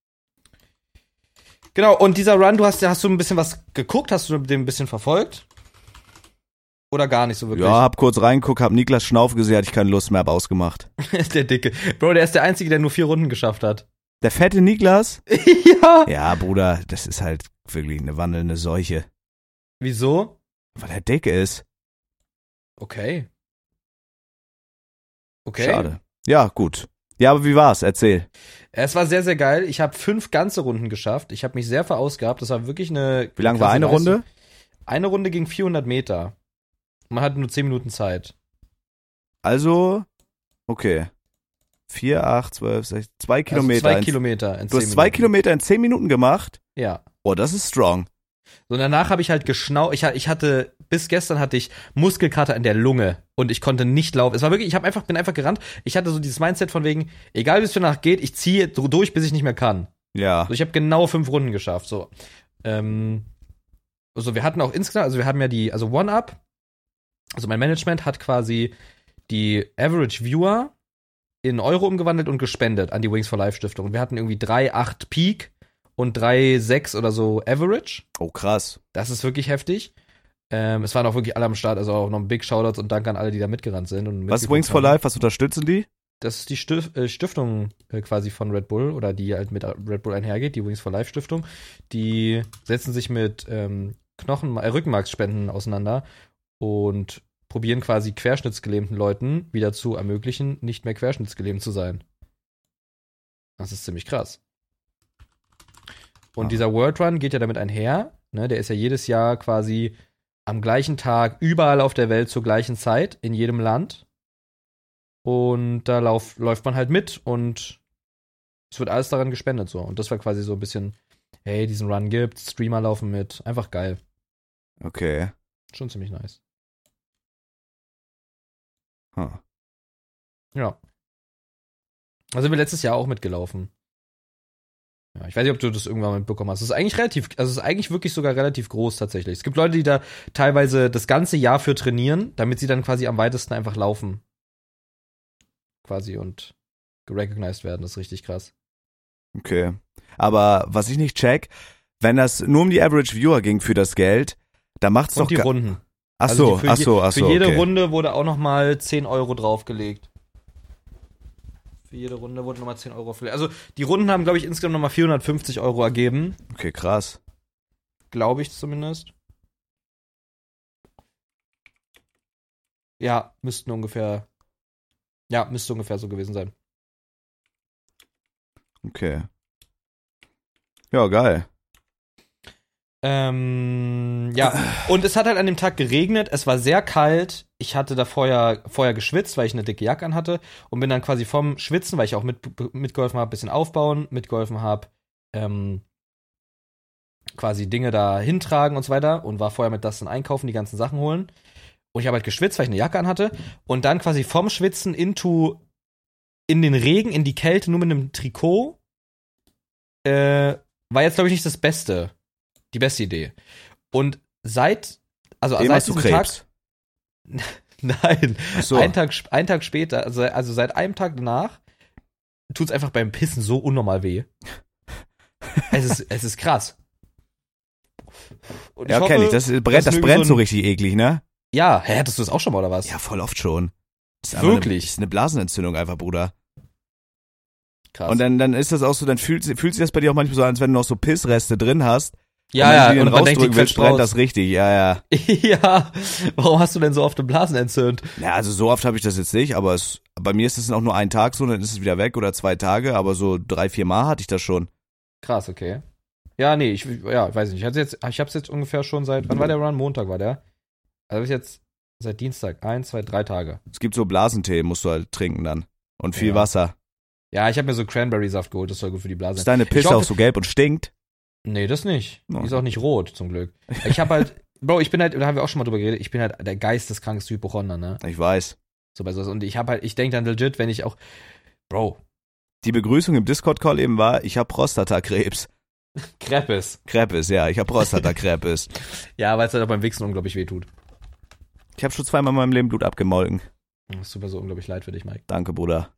Genau, und dieser Run, hast du ein bisschen was geguckt? Hast du den ein bisschen verfolgt? Oder gar nicht so wirklich? Ja, hab kurz reingeguckt, hab Niklas Schnauf gesehen, hatte ich keine Lust mehr, hab ausgemacht. Der Dicke. Bro, der ist der Einzige, der nur 4 Runden geschafft hat. Der fette Niklas? Ja. Ja, Bruder, das ist halt wirklich eine wandelnde Seuche. Wieso? Weil er dick ist. Okay. Schade. Ja, gut. Ja, aber wie war's? Erzähl. Es war sehr, sehr geil. Ich habe 5 ganze Runden geschafft. Ich habe mich sehr verausgabt. Das war wirklich eine... Wie lang war eine Runde? Eine Runde ging 400 Meter. Man hatte nur 10 Minuten Zeit. Also, okay. 4, 8, 12, 16, 2 Kilometer. Also 2 Kilometer in 10 Minuten. Du hast 2 Kilometer in 10 Minuten gemacht? Ja. Oh, das ist strong. So, und danach habe ich halt bis gestern hatte ich Muskelkater in der Lunge und ich konnte nicht laufen. Es war wirklich, bin einfach gerannt. Ich hatte so dieses Mindset von wegen, egal wie es für Nacht geht, ich ziehe so durch, bis ich nicht mehr kann. Ja. So, ich habe genau 5 Runden geschafft, so. Also wir hatten auch insgesamt, also wir haben ja One-Up, also mein Management hat quasi die Average Viewer in Euro umgewandelt und gespendet an die Wings for Life Stiftung. Und wir hatten irgendwie 3,8 Peak und 3,6 oder so Average. Oh, krass. Das ist wirklich heftig. Es waren auch wirklich alle am Start, also auch noch ein Big Shoutouts und Dank an alle, die da mitgerannt sind. Und was ist Wings for Life? Was unterstützen die? Das ist die Stiftung quasi von Red Bull oder die halt mit Red Bull einhergeht, die Wings for Life Stiftung. Die setzen sich mit Rückenmarksspenden auseinander und probieren quasi querschnittsgelähmten Leuten wieder zu ermöglichen, nicht mehr querschnittsgelähmt zu sein. Das ist ziemlich krass. Und dieser World Run geht ja damit einher, ne? Der ist ja jedes Jahr quasi am gleichen Tag überall auf der Welt zur gleichen Zeit, in jedem Land. Und da läuft man halt mit und es wird alles daran gespendet so. Und das war quasi so ein bisschen, hey, diesen Run gibt's, Streamer laufen mit, einfach geil. Okay. Schon ziemlich nice. Huh. Ja. Also sind wir letztes Jahr auch mitgelaufen. Ja, ich weiß nicht, ob du das irgendwann mal mitbekommen hast. Es ist eigentlich wirklich sogar relativ groß tatsächlich. Es gibt Leute, die da teilweise das ganze Jahr für trainieren, damit sie dann quasi am weitesten einfach laufen. Quasi und gerecognized werden. Das ist richtig krass. Okay. Aber was ich nicht check, wenn das nur um die Average Viewer ging für das Geld, da macht's doch die Runden. Ach so. Für jede Runde wurde auch nochmal 10 Euro draufgelegt. Für jede Runde wurde nochmal 10 Euro aufgelegt. Also die Runden haben, glaube ich, insgesamt nochmal 450 Euro ergeben. Okay, krass. Glaube ich zumindest. Ja, müsste ungefähr so gewesen sein. Okay. Ja, geil. Ja, und es hat halt an dem Tag geregnet, es war sehr kalt, ich hatte da vorher geschwitzt, weil ich eine dicke Jacke anhatte und bin dann quasi vom Schwitzen, weil ich auch mitgeholfen habe, ein bisschen aufbauen, mitgeholfen habe, quasi Dinge da hintragen und so weiter und war vorher mit das dann einkaufen, die ganzen Sachen holen und ich habe halt geschwitzt, weil ich eine Jacke anhatte und dann quasi vom Schwitzen in den Regen, in die Kälte, nur mit einem Trikot, war jetzt, glaube ich, nicht die beste Idee. Und seit diesem Krebs? Tag. Nein. Ach so. Einen Tag später, also seit einem Tag danach, tut's einfach beim Pissen so unnormal weh. Es ist krass. Und ja, kenn ich. Das brennt so richtig eklig, ne? Ja, hattest du das auch schon mal, oder was? Ja, voll oft schon. Das Wirklich? Das ist eine Blasenentzündung einfach, Bruder. Krass. Und dann ist das auch so, dann fühlt sich das bei dir auch manchmal so an, als wenn du noch so Pissreste drin hast. Ja, und man denkt, willst, brennt das richtig, ja. Ja, warum hast du denn so oft eine Blasenentzündung? Ja, also so oft habe ich das jetzt nicht, aber bei mir ist es auch nur ein Tag so, dann ist es wieder weg oder 2 Tage, aber so 3-4 Mal hatte ich das schon. Krass, okay. Ja, nee, ich weiß nicht. Ich hab's jetzt ungefähr schon wann war der Run? Montag war der. Also bis jetzt seit Dienstag, 1, 2, 3 Tage. Es gibt so Blasentee, musst du halt trinken dann. Und viel Wasser. Ja, ich habe mir so Cranberry-Saft geholt, das soll gut für die Blase sein. Ist deine Pisse auch so gelb und stinkt? Nee, das nicht. Die ist auch nicht rot, zum Glück. Ich habe halt, Bro, da haben wir auch schon mal drüber geredet, ich bin halt der geisteskrankste Hypochonder, ne? Ich weiß. So bei sowas. Und ich denke dann legit, wenn ich auch, Bro. Die Begrüßung im Discord-Call eben war, ich habe Prostatakrebs. Krepis, ja, ich habe Prostatakrebs. Ja, weil es halt auch beim Wichsen unglaublich weh tut. Ich habe schon 2-mal in meinem Leben Blut abgemolken. Das tut mir so unglaublich leid für dich, Mike. Danke, Bruder.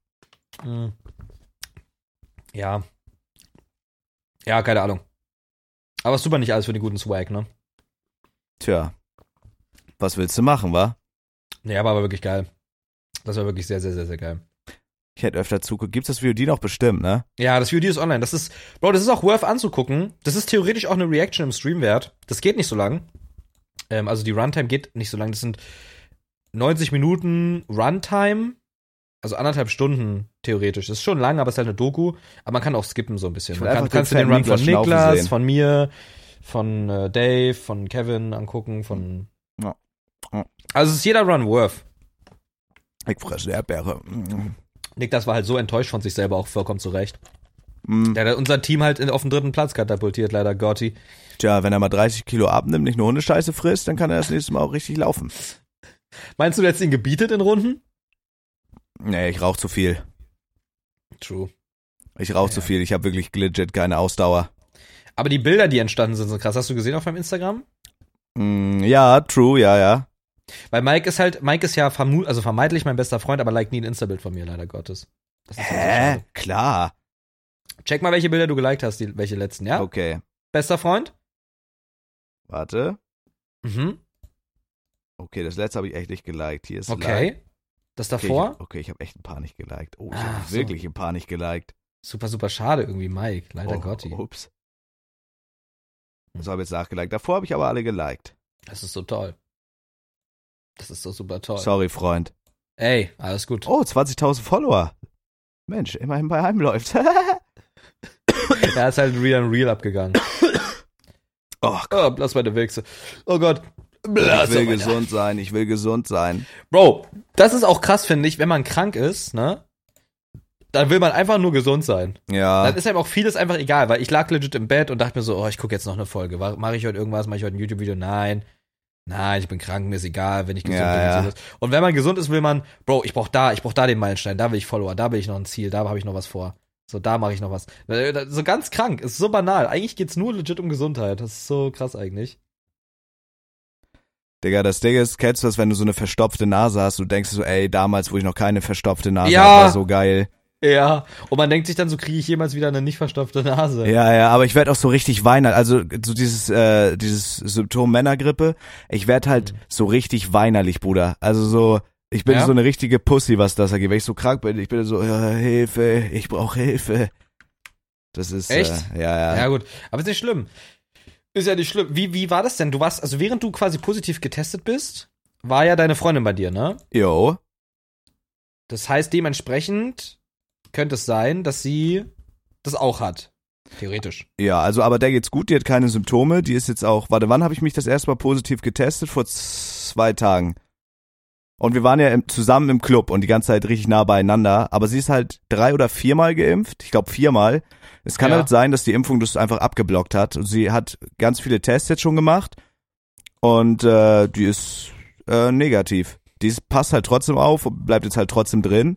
Ja. Ja, keine Ahnung. Aber es tut man nicht alles für den guten Swag, ne? Tja. Was willst du machen, wa? Nee, aber wirklich geil. Das war wirklich sehr, sehr, sehr, sehr geil. Ich hätte öfter zugucken. Gibt's das VOD noch bestimmt, ne? Ja, das VOD ist online. Das ist auch worth anzugucken. Das ist theoretisch auch eine Reaction im Stream wert. Das geht nicht so lang. Also die Runtime geht nicht so lang. Das sind 90 Minuten Runtime. Also 1,5 Stunden theoretisch. Das ist schon lang, aber es ist halt eine Doku. Aber man kann auch skippen so ein bisschen. Kannst du den Run von Niklas, sehen. Von mir, von Dave, von Kevin angucken, von... Ja. Also es ist jeder Run worth. Ich fresse Erdbeere. Niklas war halt so enttäuscht von sich selber, auch vollkommen zurecht. Der hat unser Team halt auf den 3. Platz katapultiert, leider Gotti. Tja, wenn er mal 30 Kilo abnimmt, nicht nur Hundescheiße frisst, dann kann er das nächste Mal auch richtig laufen. Meinst du, du hättest ihn gebietet in Runden? Nee, ich rauche zu viel. True. Ich rauche zu viel, ich habe wirklich legit keine Ausdauer. Aber die Bilder, die entstanden sind, so krass. Hast du gesehen auf meinem Instagram? Ja, true, ja. Weil Mike ist ja vermeintlich mein bester Freund, aber liked nie ein Insta-Bild von mir, leider Gottes. Das ist halt so klar. Check mal, welche Bilder du geliked hast, welche letzten, ja? Okay. Bester Freund? Warte. Okay, das letzte habe ich echt nicht geliked. Hier ist okay. Like. Das davor? Okay, ich habe echt ein paar nicht geliked. Oh, ich habe wirklich ein paar nicht geliked. Super, super schade irgendwie, Mike. Leider Gotti. Ups. Das habe ich jetzt nachgeliked. Davor habe ich aber alle geliked. Das ist so toll. Das ist so super toll. Sorry, Freund. Ey, alles gut. Oh, 20.000 Follower. Mensch, immerhin bei einem läuft. Er ist halt Real abgegangen. Oh Gott. Lass meine Wichse. Oh Gott. Ich will gesund sein. Bro, das ist auch krass, finde ich, wenn man krank ist, ne? Dann will man einfach nur gesund sein. Ja. Dann ist einem auch vieles einfach egal, weil ich lag legit im Bett und dachte mir so, ich gucke jetzt noch eine Folge. Mache ich heute irgendwas? Mache ich heute ein YouTube-Video? Nein, ich bin krank, mir ist egal, wenn ich gesund bin. Ja. Und wenn man gesund ist, will man, Bro, ich brauch da den Meilenstein, da will ich Follower, da will ich noch ein Ziel, da habe ich noch was vor. So, da mache ich noch was. So ganz krank, ist so banal. Eigentlich geht's nur legit um Gesundheit. Das ist so krass eigentlich. Digga, das Ding ist, kennst du das, wenn du so eine verstopfte Nase hast, du denkst so, ey, damals, wo ich noch keine verstopfte Nase hatte, war so geil. Ja, und man denkt sich dann so, kriege ich jemals wieder eine nicht verstopfte Nase? Ja, aber ich werde auch so richtig weinerlich, also so dieses Symptom Männergrippe, ich werde halt so richtig weinerlich, Bruder. Also so, ich bin so eine richtige Pussy, was das angeht. Wenn ich so krank bin, ich bin so, Hilfe, ich brauche Hilfe. Das ist, echt? Ja. Ja gut, aber ist nicht schlimm. Ist ja nicht schlimm. Wie war das denn? Du warst, also während du quasi positiv getestet bist, war ja deine Freundin bei dir, ne? Jo. Das heißt, dementsprechend könnte es sein, dass sie das auch hat. Theoretisch. Ja, also aber der geht's gut, die hat keine Symptome, die ist jetzt auch, wann habe ich mich das erste Mal positiv getestet? Vor 2 Tagen. Und wir waren ja zusammen im Club und die ganze Zeit richtig nah beieinander, aber sie ist halt 3 oder 4 Mal geimpft, ich glaube 4 Mal. Es kann halt sein, dass die Impfung das einfach abgeblockt hat. Und sie hat ganz viele Tests jetzt schon gemacht und die ist negativ. Passt halt trotzdem auf und bleibt jetzt halt trotzdem drin.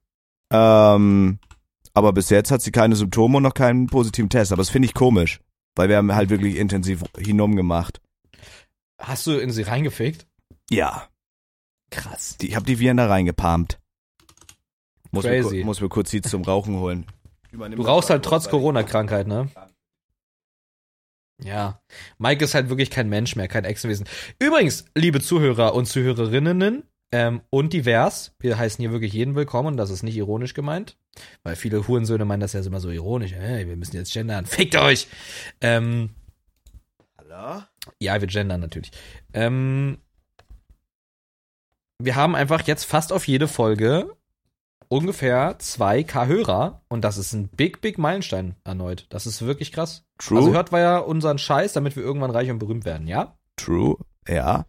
Aber bis jetzt hat sie keine Symptome und noch keinen positiven Test. Aber das finde ich komisch, weil wir haben halt wirklich intensiv Hinum gemacht. Hast du in sie reingefickt? Ja. Krass. Ich habe die Viren da reingepalmt. Crazy. Muss mir kurz die zum Rauchen holen. Du rauchst halt trotz Corona-Krankheit, ne? Ja. Mike ist halt wirklich kein Mensch mehr, kein Echsenwesen. Übrigens, liebe Zuhörer und Zuhörerinnen und divers, wir heißen hier wirklich jeden willkommen und das ist nicht ironisch gemeint, weil viele Hurensöhne meinen das ja immer so ironisch. Hey, wir müssen jetzt gendern. Fickt euch! Hallo? Ja, wir gendern natürlich. Wir haben einfach jetzt fast auf jede Folge ungefähr 2.000 Hörer und das ist ein big Meilenstein erneut. Das ist wirklich krass. True. Also hört weiter unseren Scheiß, damit wir irgendwann reich und berühmt werden, ja? True, ja.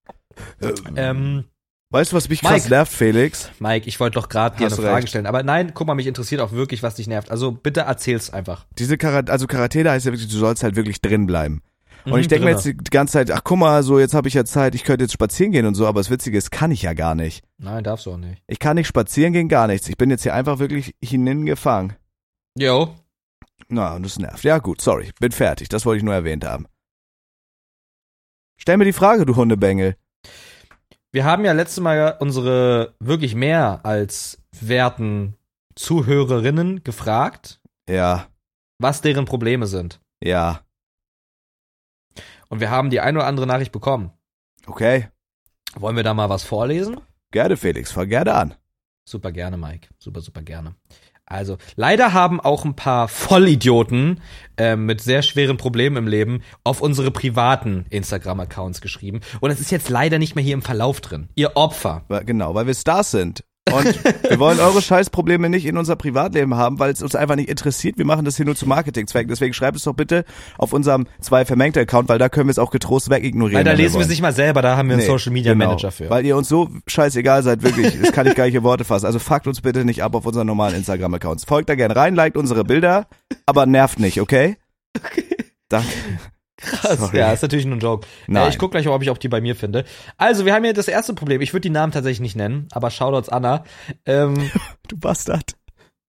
Weißt du, was mich krass nervt, Felix? Mike, ich wollte doch gerade dir eine Frage stellen, aber nein, guck mal, mich interessiert auch wirklich, was dich nervt. Also bitte erzähl's einfach. Quarantäne heißt ja wirklich, du sollst halt wirklich drin bleiben. Und ich denke mir jetzt die ganze Zeit, ach guck mal, so jetzt habe ich ja Zeit, ich könnte jetzt spazieren gehen und so, aber das Witzige ist, kann ich ja gar nicht. Nein, darfst du auch nicht. Ich kann nicht spazieren gehen, gar nichts. Ich bin jetzt hier einfach wirklich hingefangen. Jo. Na, und das nervt. Ja gut, sorry, bin fertig, das wollte ich nur erwähnt haben. Stell mir die Frage, du Hundebengel. Wir haben ja letztes Mal unsere wirklich mehr als werten Zuhörerinnen gefragt, ja, was deren Probleme sind. Ja. Und wir haben die eine oder andere Nachricht bekommen. Okay. Wollen wir da mal was vorlesen? Gerne, Felix, fang gerne an. Super gerne, Mike. Super, super gerne. Also, leider haben auch ein paar Vollidioten mit sehr schweren Problemen im Leben auf unsere privaten Instagram-Accounts geschrieben. Und es ist jetzt leider nicht mehr hier im Verlauf drin. Ihr Opfer. Genau, weil wir Stars sind. Und wir wollen eure Scheißprobleme nicht in unser Privatleben haben, weil es uns einfach nicht interessiert. Wir machen das hier nur zu Marketingzwecken. Deswegen schreibt es doch bitte auf unserem 2Vermengte-Account, weil da können wir es auch getrost wegignorieren. Weil da lesen wir es nicht mal selber, da haben wir einen Social-Media-Manager für. Weil ihr uns so scheißegal seid, wirklich. Das kann ich gar nicht in Worte fassen. Also fuckt uns bitte nicht ab auf unseren normalen Instagram-Accounts. Folgt da gerne rein, liked unsere Bilder, aber nervt nicht, okay? Okay. Danke. Krass, sorry. Ja, ist natürlich nur ein Joke. Ich guck gleich, ob ich auch die bei mir finde. Also, wir haben hier das erste Problem. Ich würde die Namen tatsächlich nicht nennen, aber Shoutouts Anna. Du Bastard.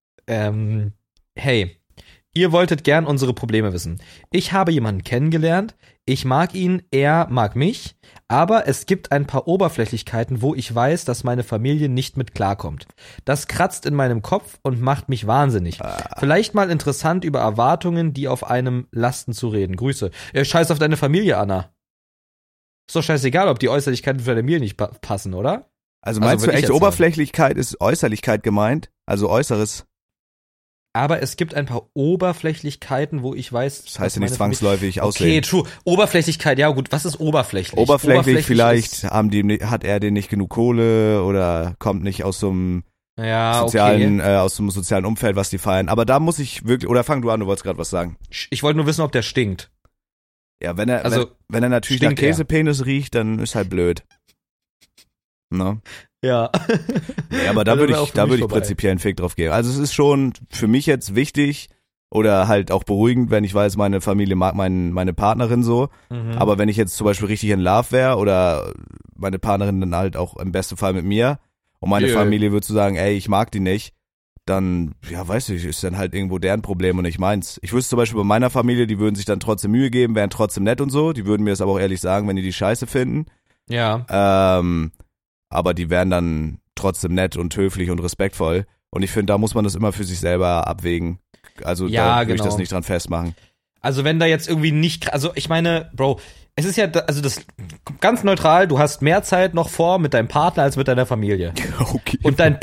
Hey, ihr wolltet gern unsere Probleme wissen. Ich habe jemanden kennengelernt, ich mag ihn, er mag mich, aber es gibt ein paar Oberflächlichkeiten, wo ich weiß, dass meine Familie nicht mit klarkommt. Das kratzt in meinem Kopf und macht mich wahnsinnig. Vielleicht mal interessant, über Erwartungen, die auf einem lasten, zu reden. Grüße. Ja, scheiß auf deine Familie, Anna. Ist doch scheißegal, ob die Äußerlichkeiten für deine Familie nicht passen, oder? Also meinst du echt, Oberflächlichkeit ist Äußerlichkeit gemeint? Also Äußeres? Aber es gibt ein paar Oberflächlichkeiten, wo ich weiß... Das heißt ja nicht zwangsläufig aussehen. Okay, true. Oberflächlichkeit, ja gut, was ist oberflächlich? Oberflächlich vielleicht hat er den nicht genug Kohle oder kommt nicht aus so einem sozialen Umfeld, was die feiern. Aber da muss ich wirklich... Oder fang du an, du wolltest gerade was sagen. Ich wollte nur wissen, ob der stinkt. Ja, wenn er natürlich nach Käsepenis riecht, dann ist halt blöd. Ne? Ja. Ja, aber da würde ich prinzipiell einen Fick drauf geben. Also es ist schon für mich jetzt wichtig oder halt auch beruhigend, wenn ich weiß, meine Familie mag meine Partnerin so. Mhm. Aber wenn ich jetzt zum Beispiel richtig in Love wäre oder meine Partnerin dann halt auch im besten Fall mit mir und meine Familie würde so sagen, ey, ich mag die nicht, dann, ja, weiß ich, ist dann halt irgendwo deren Problem und nicht meins. Ich wüsste zum Beispiel bei meiner Familie, die würden sich dann trotzdem Mühe geben, wären trotzdem nett und so. Die würden mir das aber auch ehrlich sagen, wenn die scheiße finden. Ja. Aber die wären dann trotzdem nett und höflich und respektvoll. Und ich finde, da muss man das immer für sich selber abwägen. Also da würde ich das nicht dran festmachen. Also wenn da jetzt irgendwie nicht, also ich meine, Bro, es ist ja, also das ganz neutral, du hast mehr Zeit noch vor mit deinem Partner als mit deiner Familie. Okay. Und deine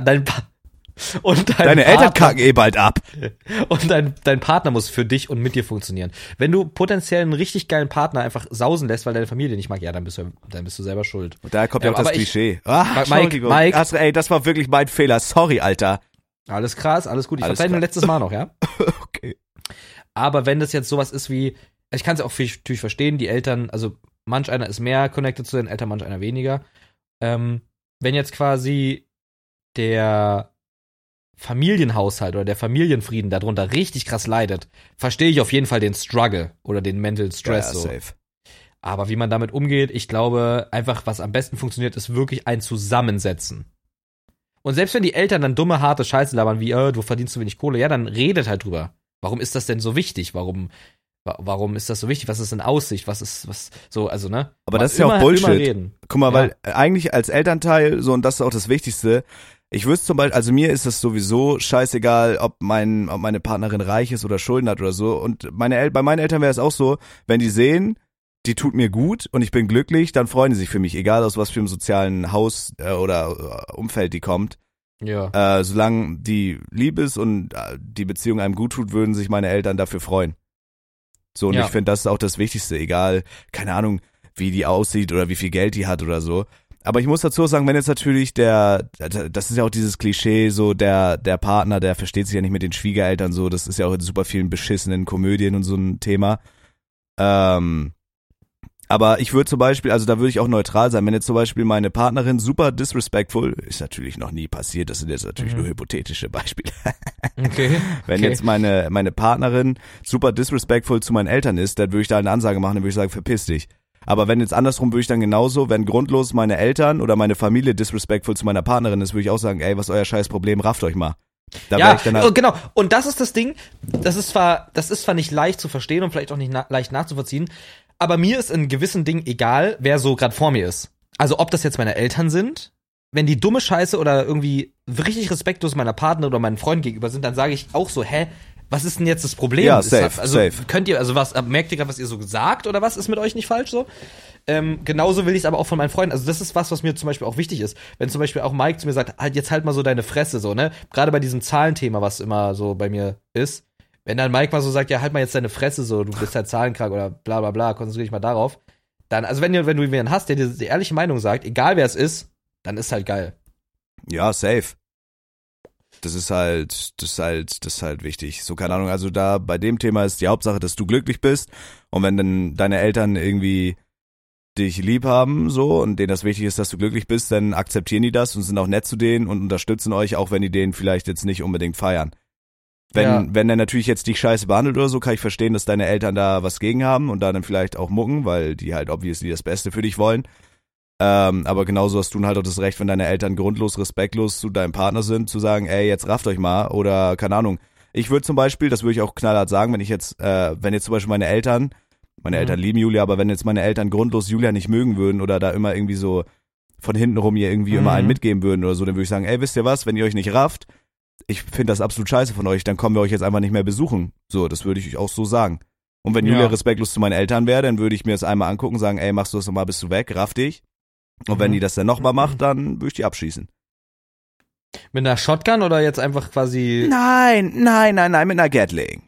Eltern kacken bald ab. Und dein Partner muss für dich und mit dir funktionieren. Wenn du potenziell einen richtig geilen Partner einfach sausen lässt, weil deine Familie nicht mag, ja, dann bist du selber schuld. Und daher kommt ja auch das Klischee. Mike, das war wirklich mein Fehler. Sorry, Alter. Alles krass, alles gut. Ich verzeih nur letztes Mal noch, ja? Okay. Aber wenn das jetzt sowas ist wie, ich kann es ja auch natürlich verstehen, die Eltern, also manch einer ist mehr connected zu den Eltern, manch einer weniger. Wenn jetzt quasi der Familienhaushalt oder der Familienfrieden darunter richtig krass leidet, verstehe ich auf jeden Fall den Struggle oder den Mental Stress. Ja, so. Safe. Aber wie man damit umgeht, ich glaube, einfach was am besten funktioniert, ist wirklich ein Zusammensetzen. Und selbst wenn die Eltern dann dumme, harte Scheiße labern, wie, du verdienst zu wenig Kohle, ja, dann redet halt drüber. Warum ist das denn so wichtig? Warum ist das so wichtig? Was ist in Aussicht? Also, ne? Aber das ist ja auch Bullshit. Guck mal, weil eigentlich als Elternteil, so, und das ist auch das Wichtigste, ich wüsste zum Beispiel, also mir ist es sowieso scheißegal, ob meine Partnerin reich ist oder Schulden hat oder so. Und bei meinen Eltern wäre es auch so, wenn die sehen, die tut mir gut und ich bin glücklich, dann freuen die sich für mich, egal aus was für einem sozialen Haus oder Umfeld die kommt. Ja. Solange die lieb ist und die Beziehung einem gut tut, würden sich meine Eltern dafür freuen. So, und ich finde, das ist auch das Wichtigste, egal, keine Ahnung, wie die aussieht oder wie viel Geld die hat oder so. Aber ich muss dazu sagen, wenn jetzt natürlich das ist ja auch dieses Klischee, so der Partner, der versteht sich ja nicht mit den Schwiegereltern so, das ist ja auch in super vielen beschissenen Komödien und so ein Thema. Aber ich würde zum Beispiel, also da würde ich auch neutral sein, wenn jetzt zum Beispiel meine Partnerin super disrespectful, ist natürlich noch nie passiert, das sind jetzt natürlich nur hypothetische Beispiele. Okay. Wenn jetzt meine Partnerin super disrespectful zu meinen Eltern ist, dann würde ich da eine Ansage machen, dann würde ich sagen, verpiss dich. Aber wenn jetzt andersrum, würde ich dann genauso, wenn grundlos meine Eltern oder meine Familie disrespectful zu meiner Partnerin ist, würde ich auch sagen, ey, was ist euer scheiß Problem, rafft euch mal. Genau. Und das ist das Ding, das ist zwar nicht leicht zu verstehen und vielleicht auch nicht leicht nachzuvollziehen, aber mir ist in gewissen Dingen egal, wer so gerade vor mir ist. Also ob das jetzt meine Eltern sind, wenn die dumme Scheiße oder irgendwie richtig respektlos meiner Partner oder meinen Freunden gegenüber sind, dann sage ich auch so, was ist denn jetzt das Problem? Ja, safe. Merkt ihr gerade, was ihr so sagt oder was ist mit euch nicht falsch so? Genauso will ich es aber auch von meinen Freunden. Also das ist was mir zum Beispiel auch wichtig ist. Wenn zum Beispiel auch Mike zu mir sagt, halt mal so deine Fresse so, ne? Gerade bei diesem Zahlenthema, was immer so bei mir ist. Wenn dann Mike mal so sagt, ja, halt mal jetzt deine Fresse so, du bist halt zahlenkrank oder bla bla bla, konzentriere dich mal darauf. Dann, also wenn du jemanden hast, der dir die ehrliche Meinung sagt, egal wer es ist, dann ist halt geil. Ja, safe. Das ist halt wichtig. So, keine Ahnung, also da bei dem Thema ist die Hauptsache, dass du glücklich bist. Und wenn dann deine Eltern irgendwie dich lieb haben, so, und denen das wichtig ist, dass du glücklich bist, dann akzeptieren die das und sind auch nett zu denen und unterstützen euch, auch wenn die den vielleicht jetzt nicht unbedingt feiern. Wenn er natürlich jetzt dich scheiße behandelt oder so, kann ich verstehen, dass deine Eltern da was gegen haben und da dann vielleicht auch mucken, weil die halt obviously das Beste für dich wollen. Aber genauso hast du halt auch das Recht, wenn deine Eltern grundlos, respektlos zu deinem Partner sind, zu sagen, ey, jetzt rafft euch mal, oder keine Ahnung. Ich würde zum Beispiel, das würde ich auch knallhart sagen, wenn jetzt zum Beispiel meine Eltern lieben Julia, aber wenn jetzt meine Eltern grundlos Julia nicht mögen würden oder da immer irgendwie so von hinten rum ihr irgendwie immer einen mitgeben würden oder so, dann würde ich sagen, ey, wisst ihr was, wenn ihr euch nicht rafft, ich finde das absolut scheiße von euch, dann kommen wir euch jetzt einfach nicht mehr besuchen. So, das würde ich auch so sagen. Und wenn Julia respektlos zu meinen Eltern wäre, dann würde ich mir das einmal angucken und sagen, ey, machst du das nochmal, bist du weg, raff dich. Und wenn die das dann nochmal macht, dann würde ich die abschießen. Mit einer Shotgun oder jetzt einfach quasi... Nein, mit einer Gatling.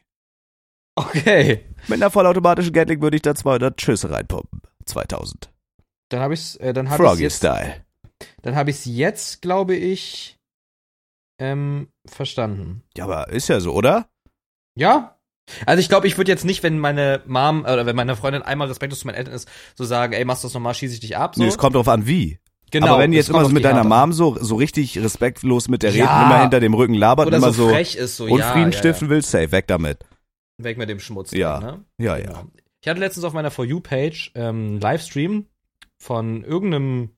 Okay. Mit einer vollautomatischen Gatling würde ich da 200 Schüsse reinpumpen. 2000. Dann habe ich's Froggy-Style. Dann habe ich's jetzt, glaube ich, verstanden. Ja, aber ist ja so, oder? Ja. Also ich glaube, ich würde jetzt nicht, wenn meine Mom oder wenn meine Freundin einmal respektlos zu meinen Eltern ist, so sagen, ey, machst du das nochmal, schieße ich dich ab. So. Nee, es kommt drauf an, wie. Genau. Aber wenn die jetzt immer so mit deiner Mom so richtig respektlos mit der redet, immer hinter dem Rücken labert oder und immer so frech ist, so und Frieden stiften will, safe, weg damit. Weg mit dem Schmutz. Ja. Dann, ne? Ja. Ich hatte letztens auf meiner For You-Page einen Livestream von irgendeinem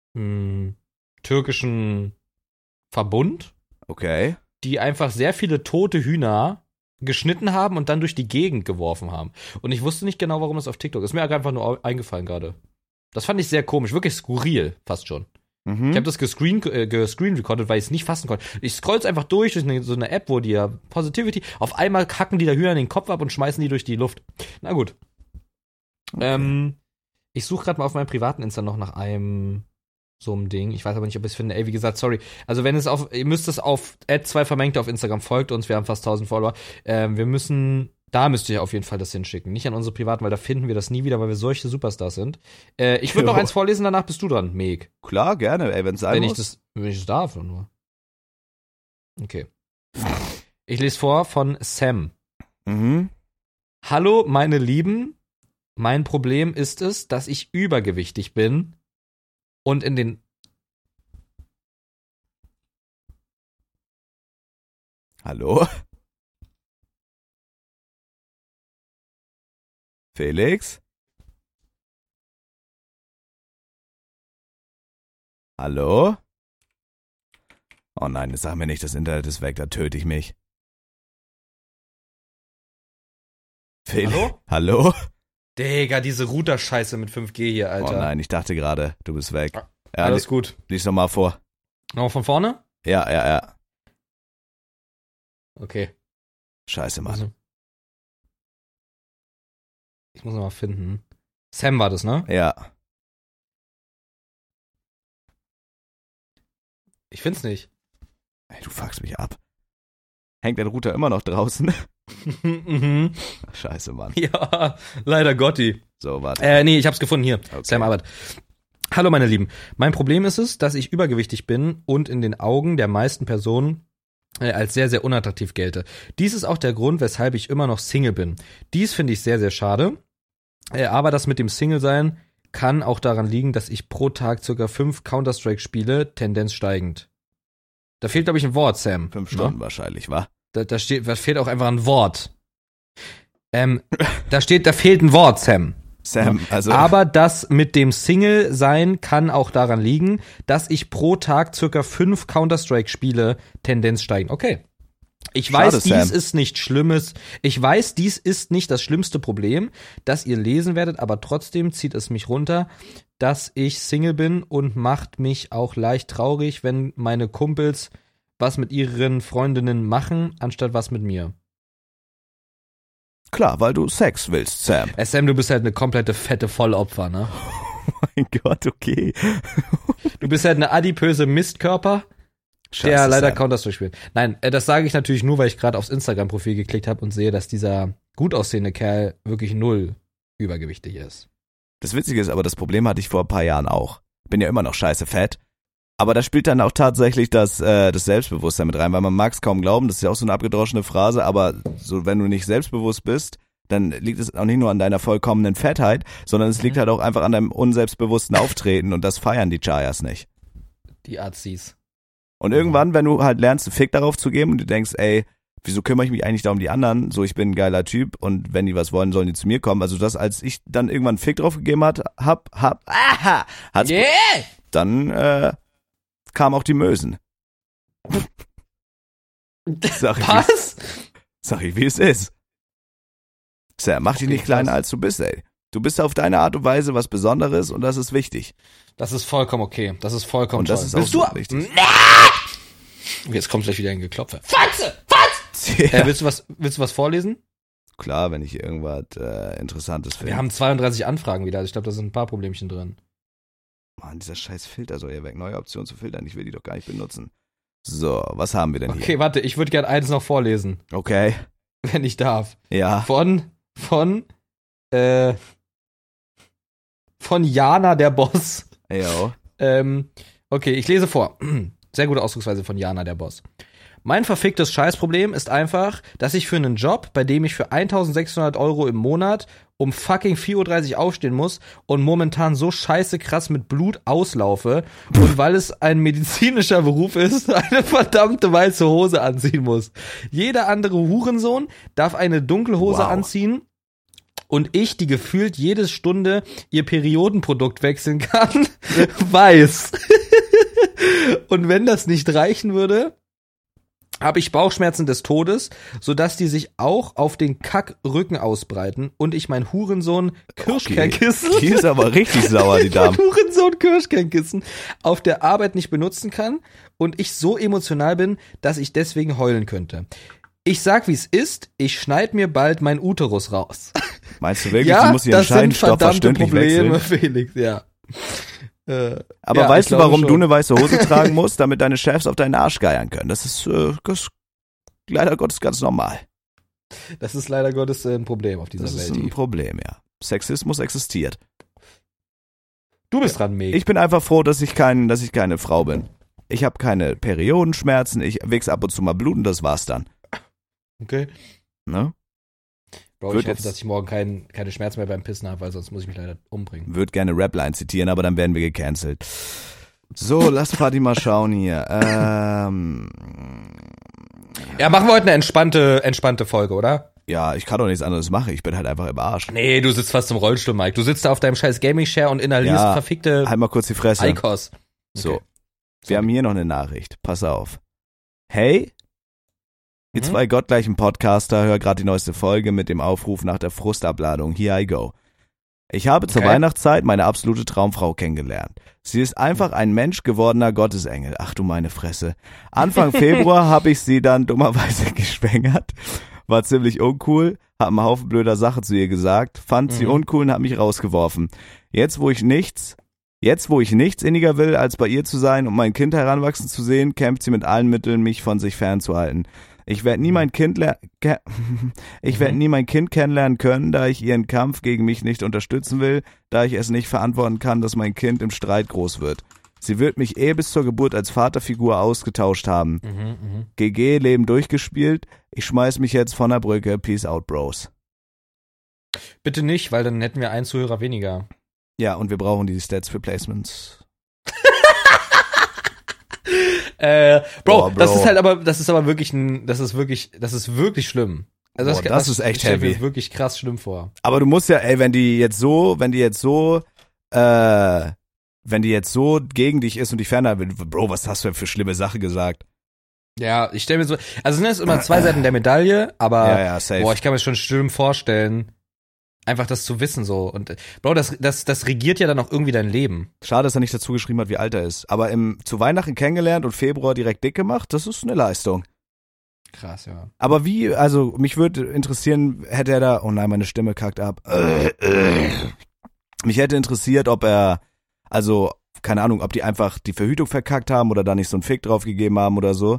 türkischen Verbund. Okay. Die einfach sehr viele tote Hühner geschnitten haben und dann durch die Gegend geworfen haben. Und ich wusste nicht genau, warum das auf TikTok ist. Mir einfach nur eingefallen gerade. Das fand ich sehr komisch, wirklich skurril, fast schon. Mhm. Ich habe das gescreen-recorded, weil ich es nicht fassen konnte. Ich scroll's einfach durch so eine App, wo die ja Positivity, auf einmal hacken die da Hühner den Kopf ab und schmeißen die durch die Luft. Na gut. Okay. Ich suche gerade mal auf meinem privaten Insta noch nach einem so einem Ding. Ich weiß aber nicht, ob ich es finde. Ey, wie gesagt, sorry. Also ihr müsst es auf @2vermengte auf Instagram, folgt uns, wir haben fast 1000 Follower. Da müsst ihr auf jeden Fall das hinschicken. Nicht an unsere privaten, weil da finden wir das nie wieder, weil wir solche Superstars sind. Ich würde noch eins vorlesen, danach bist du dran, Meg. Klar, gerne, ey, wenn es sein muss. Wenn ich das darf, nur. Okay. Ich lese vor von Sam. Mhm. Hallo, meine Lieben. Mein Problem ist es, dass ich übergewichtig bin und in den... Hallo? Felix? Hallo? Oh nein, jetzt sag mir nicht, das Internet ist weg, da töte ich mich. Hallo? Hallo? Digga, diese Router-Scheiße mit 5G hier, Alter. Oh nein, ich dachte gerade, du bist weg. Ja, alles gut. Lies noch mal vor. Nochmal von vorne? Ja. Okay. Scheiße, Mann. Ich muss noch mal finden. Sam war das, ne? Ja. Ich find's nicht. Ey, du fuckst mich ab. Hängt dein Router immer noch draußen? Mhm. Scheiße, Mann. Ja, leider Gotti. So, warte. Nee, ich hab's gefunden hier. Okay. Sam Arbeit. Hallo, meine Lieben. Mein Problem ist es, dass ich übergewichtig bin und in den Augen der meisten Personen als sehr, sehr unattraktiv gelte. Dies ist auch der Grund, weshalb ich immer noch Single bin. Dies finde ich sehr, sehr schade. Aber das mit dem Single-Sein kann auch daran liegen, dass ich pro Tag ca. 5 Counter-Strike spiele, Tendenz steigend. Da fehlt, glaube ich, ein Wort, Sam. 5 Stunden wahrscheinlich, wa? Da fehlt auch einfach ein Wort. Da fehlt ein Wort, Sam. Also. Aber das mit dem Single-Sein kann auch daran liegen, dass ich pro Tag ca. 5 Counter-Strike spiele, Tendenz steigend. Okay. Ich weiß, dies ist nichts Schlimmes. Ich weiß, dies ist nicht das schlimmste Problem, das ihr lesen werdet, aber trotzdem zieht es mich runter, dass ich Single bin und macht mich auch leicht traurig, wenn meine Kumpels was mit ihren Freundinnen machen, anstatt was mit mir. Klar, weil du Sex willst, Sam. Sam, du bist halt eine komplette fette Vollopfer, ne? Oh mein Gott, okay. Du bist halt eine adipöse Mistkörper, der leider Counter-Strike spielt. Nein, das sage ich natürlich nur, weil ich gerade aufs Instagram-Profil geklickt habe und sehe, dass dieser gut aussehende Kerl wirklich 0 übergewichtig ist. Das Witzige ist aber, das Problem hatte ich vor ein paar Jahren auch. Bin ja immer noch scheiße fett. Aber da spielt dann auch tatsächlich das Selbstbewusstsein mit rein, weil man mag es kaum glauben, das ist ja auch so eine abgedroschene Phrase, aber so wenn du nicht selbstbewusst bist, dann liegt es auch nicht nur an deiner vollkommenen Fettheit, sondern es liegt halt auch einfach an deinem unselbstbewussten Auftreten und das feiern die Chayas nicht. Die Azis. Und irgendwann, wenn du halt lernst, einen Fick darauf zu geben und du denkst, ey, wieso kümmere ich mich eigentlich da um die anderen? So, ich bin ein geiler Typ und wenn die was wollen, sollen die zu mir kommen. Also das, als ich dann irgendwann einen Fick drauf gegeben dann kamen auch die Mösen. Sag ich, wie es ist. Mach dich nicht kleiner, als du bist, ey. Du bist auf deine Art und Weise was Besonderes und das ist wichtig. Das ist vollkommen okay. Das ist vollkommen und das toll. ist auch Bist so du richtig. Jetzt kommt gleich wieder ein Geklopfe. Fatze! Ja. Willst du was vorlesen? Klar, wenn ich irgendwas Interessantes finde. Wir haben 32 Anfragen wieder. Also ich glaube, da sind ein paar Problemchen drin. Mann, dieser scheiß Filter soll ja weg. Neue Option zu filtern. Ich will die doch gar nicht benutzen. So, was haben wir denn hier? Okay, warte. Ich würde gerne eins noch vorlesen. Okay. Wenn ich darf. Ja. Von Jana, der Boss. Jo. Okay, ich lese vor. Sehr gute Ausdrucksweise von Jana, der Boss. Mein verficktes Scheißproblem ist einfach, dass ich für einen Job, bei dem ich für 1.600 € im Monat um fucking 4.30 Uhr aufstehen muss und momentan so scheiße krass mit Blut auslaufe und weil es ein medizinischer Beruf ist, eine verdammte weiße Hose anziehen muss. Jeder andere Hurensohn darf eine dunkle Hose anziehen und ich, die gefühlt jede Stunde ihr Periodenprodukt wechseln kann, weiß. Und wenn das nicht reichen würde, habe ich Bauchschmerzen des Todes, sodass die sich auch auf den Kackrücken ausbreiten und ich mein Hurensohn Kirschkernkissen. Die ist aber richtig sauer, die Dame. Hurensohn Kirschkernkissen auf der Arbeit nicht benutzen kann und ich so emotional bin, dass ich deswegen heulen könnte. Ich sag, wie es ist, ich schneid mir bald mein Uterus raus. Meinst du wirklich, ja, du musst ihren Scheinstoff verstündlich wechseln? Felix, ja. Aber ja, weißt du, warum schon. du eine weiße Hose tragen musst? Damit deine Chefs auf deinen Arsch geiern können. Das ist leider Gottes ganz normal. Das ist leider Gottes ein Problem auf dieser Welt. Das ist ein Problem, ja. Sexismus existiert. Du bist dran, Meg. Ich bin einfach froh, dass ich keine Frau bin. Ich habe keine Periodenschmerzen, ich wichs ab und zu mal Blut und das war's dann. Okay. Ne? Bro, ich hoffe, dass ich morgen keine Schmerzen mehr beim Pissen habe, weil sonst muss ich mich leider umbringen. Würde gerne Rapline zitieren, aber dann werden wir gecancelt. So, lass Fatih mal schauen hier. Ja, machen wir heute eine entspannte Folge, oder? Ja, ich kann doch nichts anderes machen. Ich bin halt einfach im Arsch. Nee, du sitzt fast im Rollstuhl, Mike. Du sitzt da auf deinem scheiß Gaming-Share und inhalierst verfickte halt mal kurz die Fresse. Eikos. Okay. So, wir haben hier noch eine Nachricht. Pass auf. Hey, ihr zwei gottgleichen Podcaster, hör gerade die neueste Folge mit dem Aufruf nach der Frustabladung. Here I go. Ich habe zur Weihnachtszeit meine absolute Traumfrau kennengelernt. Sie ist einfach ein menschgewordener Gottesengel. Ach du meine Fresse. Anfang Februar habe ich sie dann dummerweise geschwängert. War ziemlich uncool, hab einen Haufen blöder Sachen zu ihr gesagt, fand sie uncool und hab mich rausgeworfen. Jetzt, wo ich nichts inniger will, als bei ihr zu sein und mein Kind heranwachsen zu sehen, kämpft sie mit allen Mitteln, mich von sich fernzuhalten. Ich werde nie mein Kind kennenlernen können, da ich ihren Kampf gegen mich nicht unterstützen will, da ich es nicht verantworten kann, dass mein Kind im Streit groß wird. Sie wird mich bis zur Geburt als Vaterfigur ausgetauscht haben. GG, Leben durchgespielt. Ich schmeiß mich jetzt von der Brücke. Peace out, Bros. Bitte nicht, weil dann hätten wir einen Zuhörer weniger. Ja, und wir brauchen die Stats für Placements. Bro, das ist wirklich schlimm. Also das ist echt heavy. Ich stelle mir wirklich krass schlimm vor. Aber du musst ja, wenn die jetzt so gegen dich ist und dich fernhalten will, Bro, was hast du für schlimme Sache gesagt? Ja, ich stelle mir so, also sind das immer zwei Seiten der Medaille, aber ja, safe. Boah, ich kann mir schon schlimm vorstellen, einfach das zu wissen so. Und Bro, das regiert ja dann auch irgendwie dein Leben. Schade, dass er nicht dazu geschrieben hat, wie alt er ist. Aber zu Weihnachten kennengelernt und Februar direkt dick gemacht, das ist eine Leistung. Krass, ja. Aber mich würde interessieren, hätte er da, oh nein, meine Stimme kackt ab. Mich hätte interessiert, ob er, also, keine Ahnung, ob die einfach die Verhütung verkackt haben oder da nicht so einen Fick drauf gegeben haben oder so.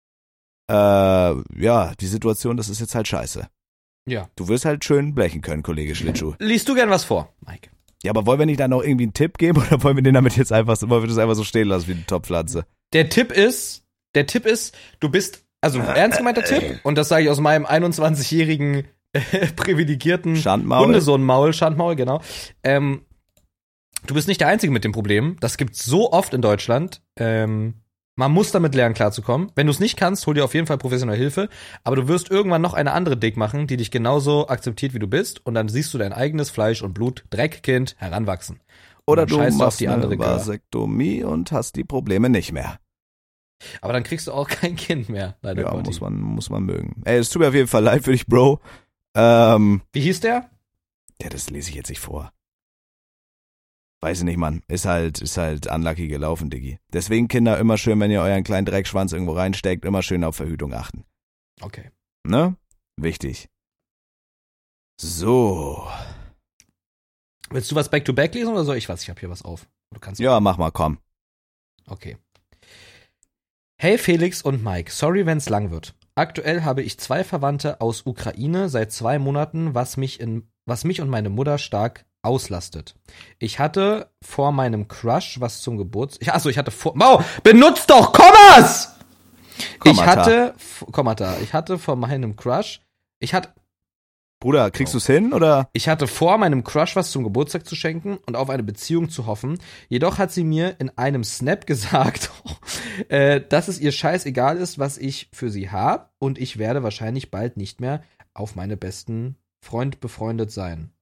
Ja, die Situation, das ist jetzt halt scheiße. Ja. Du wirst halt schön blechen können, Kollege Schlittschuh. Liest du gern was vor, Mike? Ja, aber wollen wir nicht da noch irgendwie einen Tipp geben oder wollen wir den damit jetzt wollen wir das einfach so stehen lassen wie eine Topfpflanze? Der Tipp ist, du bist, also ernst gemeinter Tipp, und das sage ich aus meinem 21-jährigen privilegierten Hundesohn-Maul, Schandmaul, genau. Du bist nicht der Einzige mit dem Problem. Das gibt's so oft in Deutschland. Man muss damit lernen, klarzukommen. Wenn du es nicht kannst, hol dir auf jeden Fall professionelle Hilfe. Aber du wirst irgendwann noch eine andere dick machen, die dich genauso akzeptiert, wie du bist. Und dann siehst du dein eigenes Fleisch und Blut, Dreckkind, heranwachsen. Oder du machst eine Vasektomie und hast die Probleme nicht mehr. Aber dann kriegst du auch kein Kind mehr. Leider ja, muss man mögen. Ey, es tut mir auf jeden Fall leid für dich, Bro. Wie hieß der? Ja, das lese ich jetzt nicht vor. Weiß ich nicht, Mann. Ist halt unlucky gelaufen, Diggi. Deswegen, Kinder, immer schön, wenn ihr euren kleinen Dreckschwanz irgendwo reinsteckt, immer schön auf Verhütung achten. Okay. Ne? Wichtig. So. Willst du was Back-to-Back lesen oder soll ich was? Ich habe hier was auf. Du kannst ja, mach mal, komm. Okay. Hey Felix und Mike, sorry, wenn's lang wird. Aktuell habe ich 2 Verwandte aus Ukraine seit 2 Monaten, was mich und meine Mutter stark auslastet. Ich hatte vor meinem Crush was zum Geburtstag. Benutzt doch Kommas! Ich hatte vor meinem Crush. Bruder, kriegst du's hin, oder? Ich hatte vor, meinem Crush was zum Geburtstag zu schenken und auf eine Beziehung zu hoffen. Jedoch hat sie mir in einem Snap gesagt, dass es ihr scheißegal ist, was ich für sie habe, und ich werde wahrscheinlich bald nicht mehr auf meine besten Freund befreundet sein.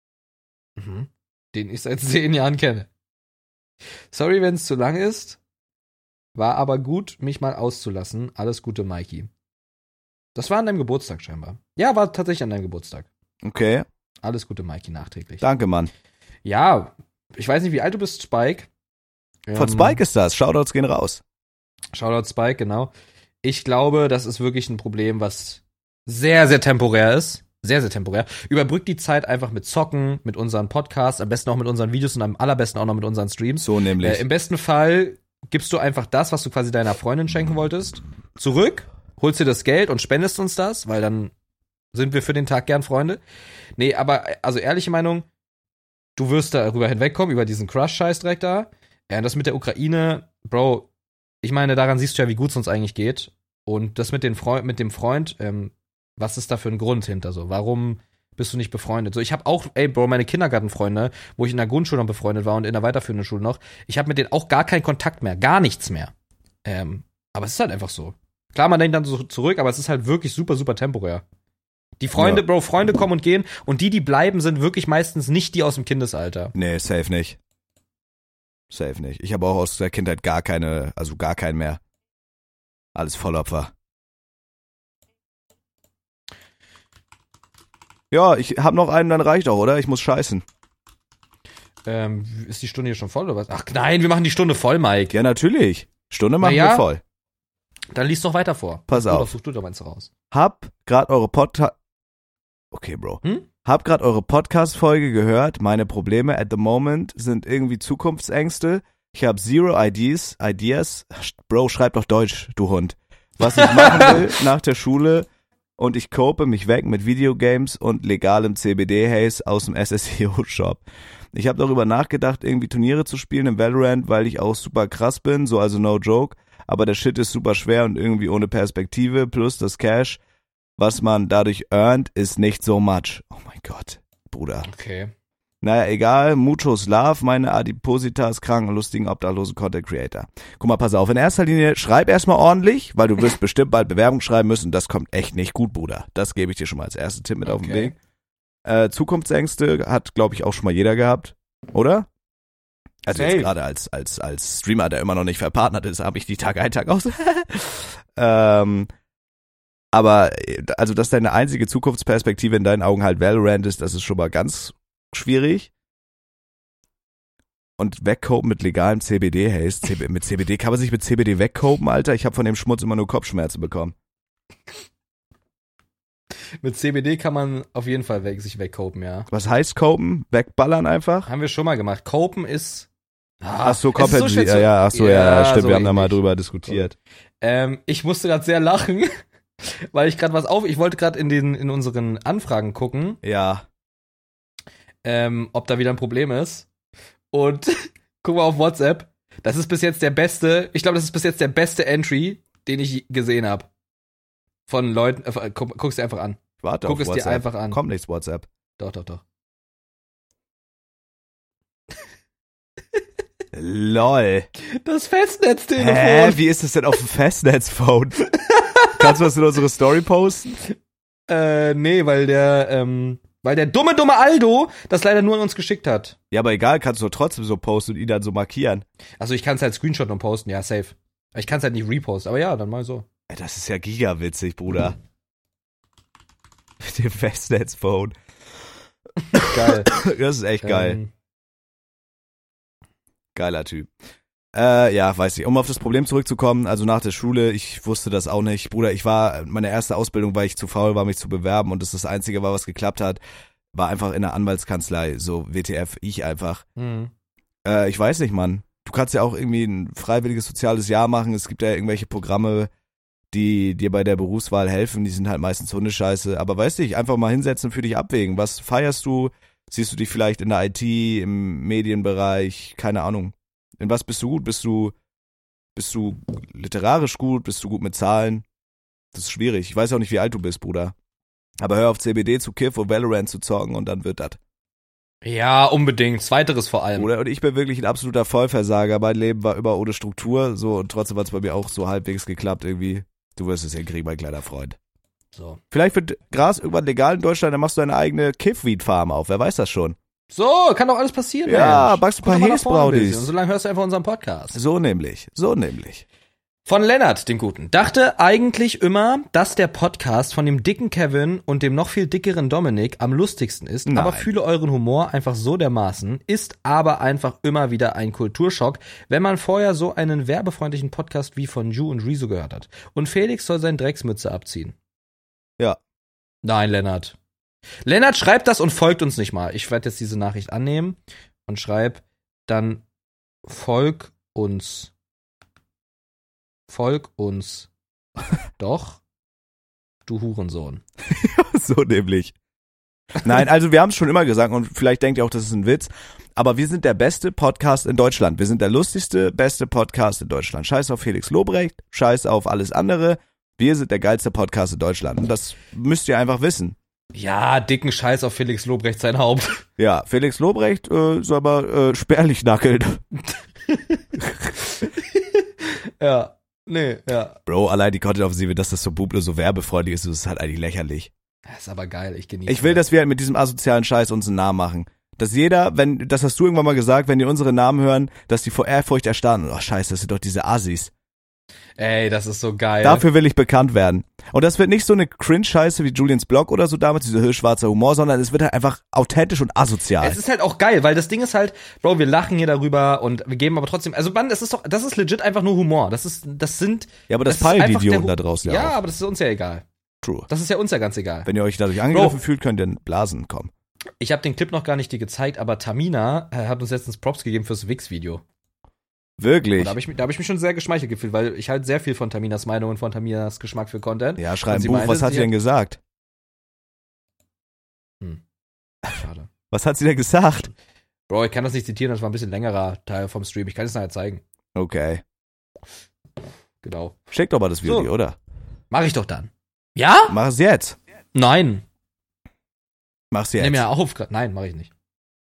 Den ich seit 10 Jahren kenne. Sorry, wenn es zu lang ist. War aber gut, mich mal auszulassen. Alles Gute, Mikey. Das war an deinem Geburtstag scheinbar. Ja, war tatsächlich an deinem Geburtstag. Okay. Alles Gute, Mikey, nachträglich. Danke, Mann. Ja, ich weiß nicht, wie alt du bist, Spike. Von Spike ist das. Shoutouts gehen raus. Shoutout Spike, genau. Ich glaube, das ist wirklich ein Problem, was sehr, sehr temporär ist. Sehr, sehr temporär. Überbrückt die Zeit einfach mit Zocken, mit unseren Podcasts, am besten auch mit unseren Videos und am allerbesten auch noch mit unseren Streams. So nämlich. Im besten Fall gibst du einfach das, was du quasi deiner Freundin schenken wolltest, zurück, holst dir das Geld und spendest uns das, weil dann sind wir für den Tag gern Freunde. Nee, aber also ehrliche Meinung, du wirst darüber hinwegkommen, über diesen Crush-Scheißdreck da. Das mit der Ukraine, Bro, ich meine, daran siehst du ja, wie gut es uns eigentlich geht. Und das mit dem Freund, was ist da für ein Grund hinter so? Warum bist du nicht befreundet? So, ich habe auch, Bro, meine Kindergartenfreunde, wo ich in der Grundschule noch befreundet war und in der weiterführenden Schule noch, ich habe mit denen auch gar keinen Kontakt mehr, gar nichts mehr. Aber es ist halt einfach so. Klar, man denkt dann so zurück, aber es ist halt wirklich super, super temporär. Die Freunde, ja. Bro, Freunde kommen und gehen und die bleiben, sind wirklich meistens nicht die aus dem Kindesalter. Nee, safe nicht. Safe nicht. Ich habe auch aus der Kindheit gar keinen mehr. Alles Vollopfer. Ja, ich hab noch einen, dann reicht auch, oder? Ich muss scheißen. Ist die Stunde hier schon voll, oder was? Ach nein, wir machen die Stunde voll, Mike. Ja, natürlich. Stunde machen wir voll. Dann lies doch weiter vor. Pass auf. Such du doch eins raus. Hab grad eure Podcast-Folge gehört. Meine Probleme at the moment sind irgendwie Zukunftsängste. Ich habe zero Ideas. Bro, schreib doch Deutsch, du Hund. Was ich machen will nach der Schule, und ich cope mich weg mit Videogames und legalem CBD-Haze aus dem SSEO-Shop. Ich habe darüber nachgedacht, irgendwie Turniere zu spielen im Valorant, weil ich auch super krass bin, so also no joke. Aber der Shit ist super schwer und irgendwie ohne Perspektive, plus das Cash, was man dadurch earnt, ist nicht so much. Oh mein Gott, Bruder. Okay. Naja, egal, muchos love, meine Adipositas, kranken, lustigen, obdachlosen Content Creator. Guck mal, pass auf, in erster Linie, schreib erstmal ordentlich, weil du wirst bestimmt bald Bewerbung schreiben müssen, das kommt echt nicht gut, Bruder. Das gebe ich dir schon mal als ersten Tipp mit auf den Weg. Zukunftsängste hat, glaube ich, auch schon mal jeder gehabt, oder? Also jetzt gerade als Streamer, der immer noch nicht verpartnert ist, habe ich die Tag ein, Tag aus. Aber, also, dass deine einzige Zukunftsperspektive in deinen Augen halt Valorant ist, das ist schon mal ganz schwierig. Und wegcopen mit legalem CBD-Haze. Mit CBD kann man sich mit CBD wegcopen, Alter? Ich habe von dem Schmutz immer nur Kopfschmerzen bekommen. Mit CBD kann man auf jeden Fall sich wegcopen, ja. Was heißt copen? Wegballern einfach? Haben wir schon mal gemacht. Copen ist... Ach so, stimmt, wir haben da mal drüber diskutiert. Ich musste gerade sehr lachen, weil ich gerade ich wollte gerade in unseren Anfragen gucken. Ja. ob da wieder ein Problem ist. Und guck mal auf WhatsApp. Das ist bis jetzt der beste, ich glaube, das ist bis jetzt der beste Entry, den ich gesehen habe. Von Leuten, guck's dir einfach an. Warte Guck auf es WhatsApp. dir einfach an. Kommt nichts WhatsApp. Doch. LOL. Das Festnetztelefon. Wie ist das denn auf dem Festnetzphone? Kannst du was in unsere Story posten? Nee, weil der dumme Aldo das leider nur an uns geschickt hat. Ja, aber egal, kannst du doch trotzdem so posten und ihn dann so markieren. Also ich kann es halt Screenshot und posten, ja, safe. Ich kann es halt nicht reposten, aber ja, dann mal so. Das ist ja gigawitzig, Bruder. Mit dem Festnetzphone. Geil. Das ist echt geil. Geiler Typ. Ja, weiß nicht. Um auf das Problem zurückzukommen, also nach der Schule, ich wusste das auch nicht. Bruder, meine erste Ausbildung, weil ich zu faul war, mich zu bewerben und das Einzige war, was geklappt hat, war einfach in der Anwaltskanzlei, so WTF, ich einfach. Ich weiß nicht, Mann. Du kannst ja auch irgendwie ein freiwilliges soziales Jahr machen. Es gibt ja irgendwelche Programme, die dir bei der Berufswahl helfen. Die sind halt meistens Hundescheiße. Aber weißt du, einfach mal hinsetzen und für dich abwägen. Was feierst du? Siehst du dich vielleicht in der IT, im Medienbereich? Keine Ahnung. In was bist du gut? Bist du literarisch gut? Bist du gut mit Zahlen? Das ist schwierig. Ich weiß auch nicht, wie alt du bist, Bruder. Aber hör auf CBD zu kiffen und Valorant zu zocken und dann wird das. Ja, unbedingt. Zweiteres vor allem. Bruder, und ich bin wirklich ein absoluter Vollversager. Mein Leben war immer ohne Struktur. So, und trotzdem hat es bei mir auch so halbwegs geklappt irgendwie. Du wirst es hinkriegen, mein kleiner Freund. So. Vielleicht wird Gras irgendwann legal in Deutschland, dann machst du deine eigene Kiff-Weed-Farm auf. Wer weiß das schon? So, kann doch alles passieren, Ja, Mensch. backst du ein paar Hefebrautis. Und solange hörst du einfach unseren Podcast. So nämlich. Von Lennart, dem Guten. Dachte eigentlich immer, dass der Podcast von dem dicken Kevin und dem noch viel dickeren Dominik am lustigsten ist, Nein. aber fühle euren Humor einfach so dermaßen, ist aber einfach immer wieder ein Kulturschock, wenn man vorher so einen werbefreundlichen Podcast wie von Ju und Rezo gehört hat. Und Felix soll seine Drecksmütze abziehen. Ja. Nein, Lennart. Lennart schreibt das und folgt uns nicht mal. Ich werde jetzt diese Nachricht annehmen und schreib dann folg uns. Doch, du Hurensohn. So nämlich. Nein, also wir haben es schon immer gesagt und vielleicht denkt ihr auch, das ist ein Witz, aber wir sind der beste Podcast in Deutschland. Wir sind der lustigste, beste Podcast in Deutschland. Scheiß auf Felix Lobrecht, scheiß auf alles andere. Wir sind der geilste Podcast in Deutschland und das müsst ihr einfach wissen. Ja, dicken Scheiß auf Felix Lobrecht sein Haupt. Ja, Felix Lobrecht soll aber spärlich nackeln. Ja, nee, ja. Bro, allein die Content-Offensive, dass das so Buble so werbefreundlich ist, das ist halt eigentlich lächerlich. Das ist aber geil, ich genieße Ich will, dass wir halt mit diesem asozialen Scheiß uns einen Namen machen. Dass jeder, das hast du irgendwann mal gesagt, wenn die unsere Namen hören, dass die vor Ehrfurcht erstarren. Oh scheiße, das sind doch diese Assis. Ey, das ist so geil. Dafür will ich bekannt werden. Und das wird nicht so eine Cringe-Scheiße wie Julians Blog oder so damals, dieser schwarzer Humor, sondern es wird halt einfach authentisch und asozial. Es ist halt auch geil, weil das Ding ist halt, Bro, wir lachen hier darüber und wir geben aber trotzdem, also Mann, das ist legit einfach nur Humor. Das sind. Ja, aber das peilen die Idioten da draußen ja auch. aber das ist uns ja egal. True. Das ist ja uns ja ganz egal. Wenn ihr euch dadurch angegriffen fühlt, könnt ihr in Blasen kommen. Ich habe den Clip noch gar nicht dir gezeigt, aber Tamina hat uns letztens Props gegeben fürs Wix-Video. Wirklich? Und da hab ich mich schon sehr geschmeichelt gefühlt, weil ich halt sehr viel von Taminas Meinung und von Taminas Geschmack für Content. Ja, schreib ein Buch, was hat sie denn gesagt? Schade. Was hat sie denn gesagt? Bro, ich kann das nicht zitieren, das war ein bisschen längerer Teil vom Stream. Ich kann es nachher zeigen. Okay. Genau. Schick doch mal das Video, So. oder? Mach ich doch dann. Ja? Mach es jetzt. Nein. Mach's jetzt. Nimm ja auf. Nein, mach ich nicht.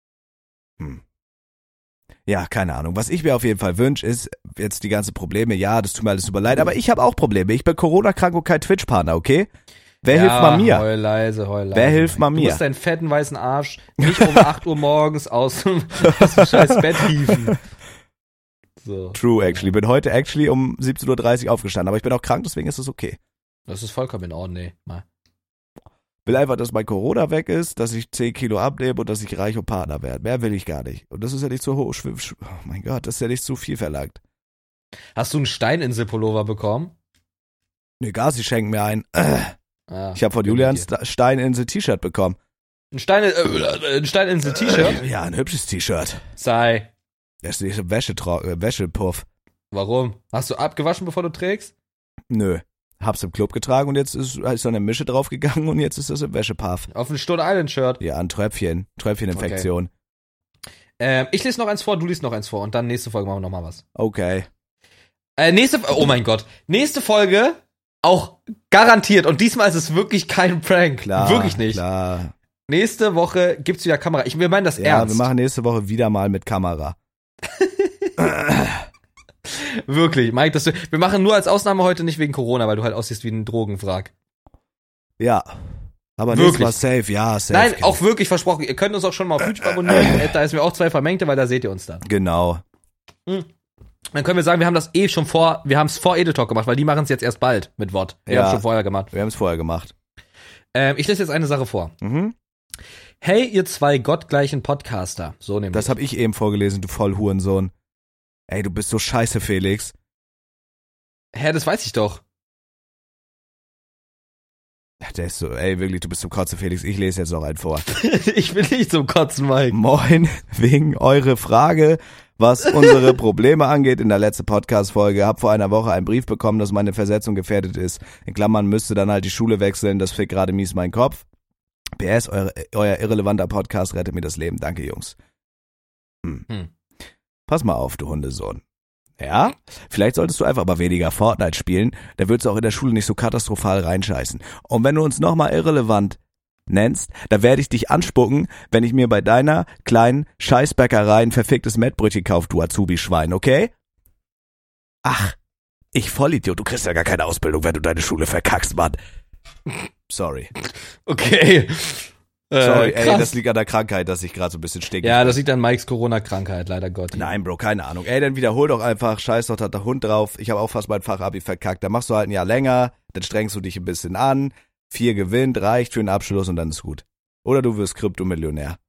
Ja, keine Ahnung. Was ich mir auf jeden Fall wünsche, ist jetzt die ganzen Probleme. Ja, das tut mir alles super leid, aber ich habe auch Probleme. Ich bin Corona-krank und kein Twitch-Partner, okay? Wer hilft mal mir? Heul leise. Wer hilft mal mir? Du musst deinen fetten weißen Arsch nicht um 8 Uhr morgens aus dem scheiß Bett hieven. So. True, actually. Bin heute actually um 17.30 Uhr aufgestanden, aber ich bin auch krank, deswegen ist es okay. Das ist vollkommen in Ordnung, nee. Mal. Will einfach, dass mein Corona weg ist, dass ich 10 Kilo abnehme und dass ich reich und Partner werde. Mehr will ich gar nicht. Und das ist ja nicht so hoch. Oh mein Gott, das ist ja nicht zu viel verlangt. Hast du einen Steinininsel-Pullover bekommen? Nee, gar, sie schenken mir einen. Ah, Ich habe von Julian Steininsel-T-Shirt bekommen. Ein Steininsel-T-Shirt? Ja, ein hübsches T-Shirt. Sei. Das ist Wäschepuff. Warum? Hast du abgewaschen, bevor du trägst? Nö. Hab's im Club getragen und jetzt ist so eine Mische draufgegangen und jetzt ist das im Wäschepuff. Auf ein Stone Island Shirt. Ja, ein Tröpfcheninfektion. Okay. Ich lese noch eins vor, du liest noch eins vor und dann nächste Folge machen wir nochmal was. Okay. Oh mein Gott. Nächste Folge auch garantiert und diesmal ist es wirklich kein Prank. Klar. Wirklich nicht. Klar. Nächste Woche gibt's wieder Kamera. Wir meinen das ernst. Ja, wir machen nächste Woche wieder mal mit Kamera. Wirklich, Mike, wir machen nur als Ausnahme heute nicht wegen Corona, weil du halt aussiehst wie ein Drogenwrack. Ja. Aber wirklich. Nächstes Mal safe, ja, safe. Nein, auch wirklich versprochen. Ihr könnt uns auch schon mal auf YouTube abonnieren. Da ist mir auch 2 Vermengte, weil da seht ihr uns dann. Genau. Dann können wir sagen, wir haben das schon vor Edel Talk gemacht, weil die machen es jetzt erst bald mit Wort. Wir haben es schon vorher gemacht. Wir haben es vorher gemacht. Ich lese jetzt eine Sache vor. Mhm. Hey, ihr 2 gottgleichen Podcaster. So nämlich. Das habe ich eben vorgelesen, du Vollhurensohn. Ey, du bist so scheiße, Felix. Hä, das weiß ich doch. Der ist so, ey, wirklich, du bist zum Kotzen, Felix. Ich lese jetzt noch einen vor. Ich will nicht zum Kotzen, Mike. Moin, wegen eure Frage, was unsere Probleme angeht in der letzten Podcast-Folge. Hab vor einer Woche einen Brief bekommen, dass meine Versetzung gefährdet ist. In Klammern müsste dann halt die Schule wechseln. Das fickt gerade mies meinen Kopf. PS, euer irrelevanter Podcast rettet mir das Leben. Danke, Jungs. Pass mal auf, du Hundesohn. Ja? Vielleicht solltest du einfach mal weniger Fortnite spielen, da würdest du auch in der Schule nicht so katastrophal reinscheißen. Und wenn du uns nochmal irrelevant nennst, da werde ich dich anspucken, wenn ich mir bei deiner kleinen Scheißbäckerei ein verficktes Mettbrötchen kaufe, du Azubi-Schwein, okay? Ach, ich Vollidiot, du kriegst ja gar keine Ausbildung, wenn du deine Schule verkackst, Mann. Sorry. Okay. Sorry, krass. ey, das liegt an der Krankheit, dass ich gerade so ein bisschen stinke. Ja, das liegt an Mikes Corona-Krankheit, leider Gott. Nein, Bro, keine Ahnung. Ey, dann wiederhol doch einfach, scheiß doch, da hat der Hund drauf. Ich habe auch fast mein Fachabi verkackt. Dann machst du halt ein Jahr länger, dann strengst du dich ein bisschen an, 4 gewinnt, reicht für den Abschluss und dann ist gut. Oder du wirst Kryptomillionär.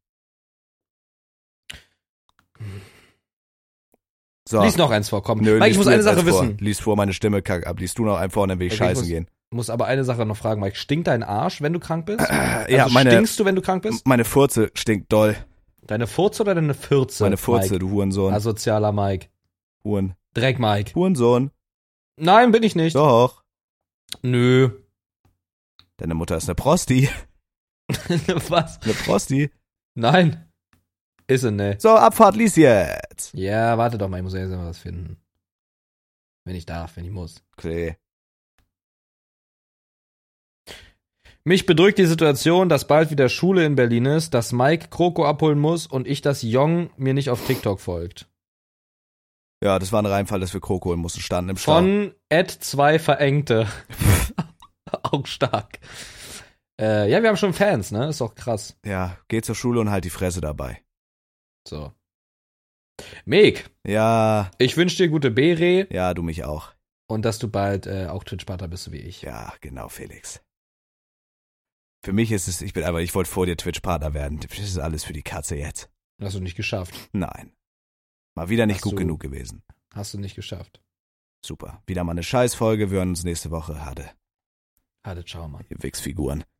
So. Lies noch eins vor, komm. Nö, Mike, ich muss eine Sache wissen. Lies vor, meine Stimme kack ab. Lies du noch einen vor und dann will ich scheißen gehen. Muss aber eine Sache noch fragen, Mike. Stinkt dein Arsch, wenn du krank bist? Ja, stinkst du, wenn du krank bist? Meine Furze stinkt doll. Deine Furze oder deine Fürze? Meine Furze, Mike? du Hurensohn. Asozialer Mike. Huren. Dreck, Mike. Hurensohn. Nein, bin ich nicht. Doch. Nö. Deine Mutter ist eine Prosti. Was? Eine Prosti. Nein. Ist sie, ne. So, Abfahrt, lies jetzt. Ja, warte doch mal, ich muss jetzt mal was finden. Wenn ich darf, wenn ich muss. Okay. Mich bedrückt die Situation, dass bald wieder Schule in Berlin ist, dass Mike Kroko abholen muss und ich, dass Jong mir nicht auf TikTok folgt. Ja, das war ein Reinfall, dass wir Kroko holen mussten, standen im Stau. Von @2 Verengte. Auch stark. Ja, wir haben schon Fans, ne? Ist auch krass. Ja, geh zur Schule und halt die Fresse dabei. So. Meg, Ja. ich wünsche dir gute Bere Ja, du mich auch. und dass du bald auch Twitch-Partner bist, so wie ich. Ja, genau, Felix. Für mich ist es, ich wollte vor dir Twitch-Partner werden. Das ist alles für die Katze jetzt. Hast du nicht geschafft. Nein. Mal wieder nicht Hast gut du- genug gewesen. Hast du nicht geschafft. Super. Wieder mal eine Scheißfolge. Wir hören uns nächste Woche. Hade. Ciao, Mann. Ihr Wichsfiguren.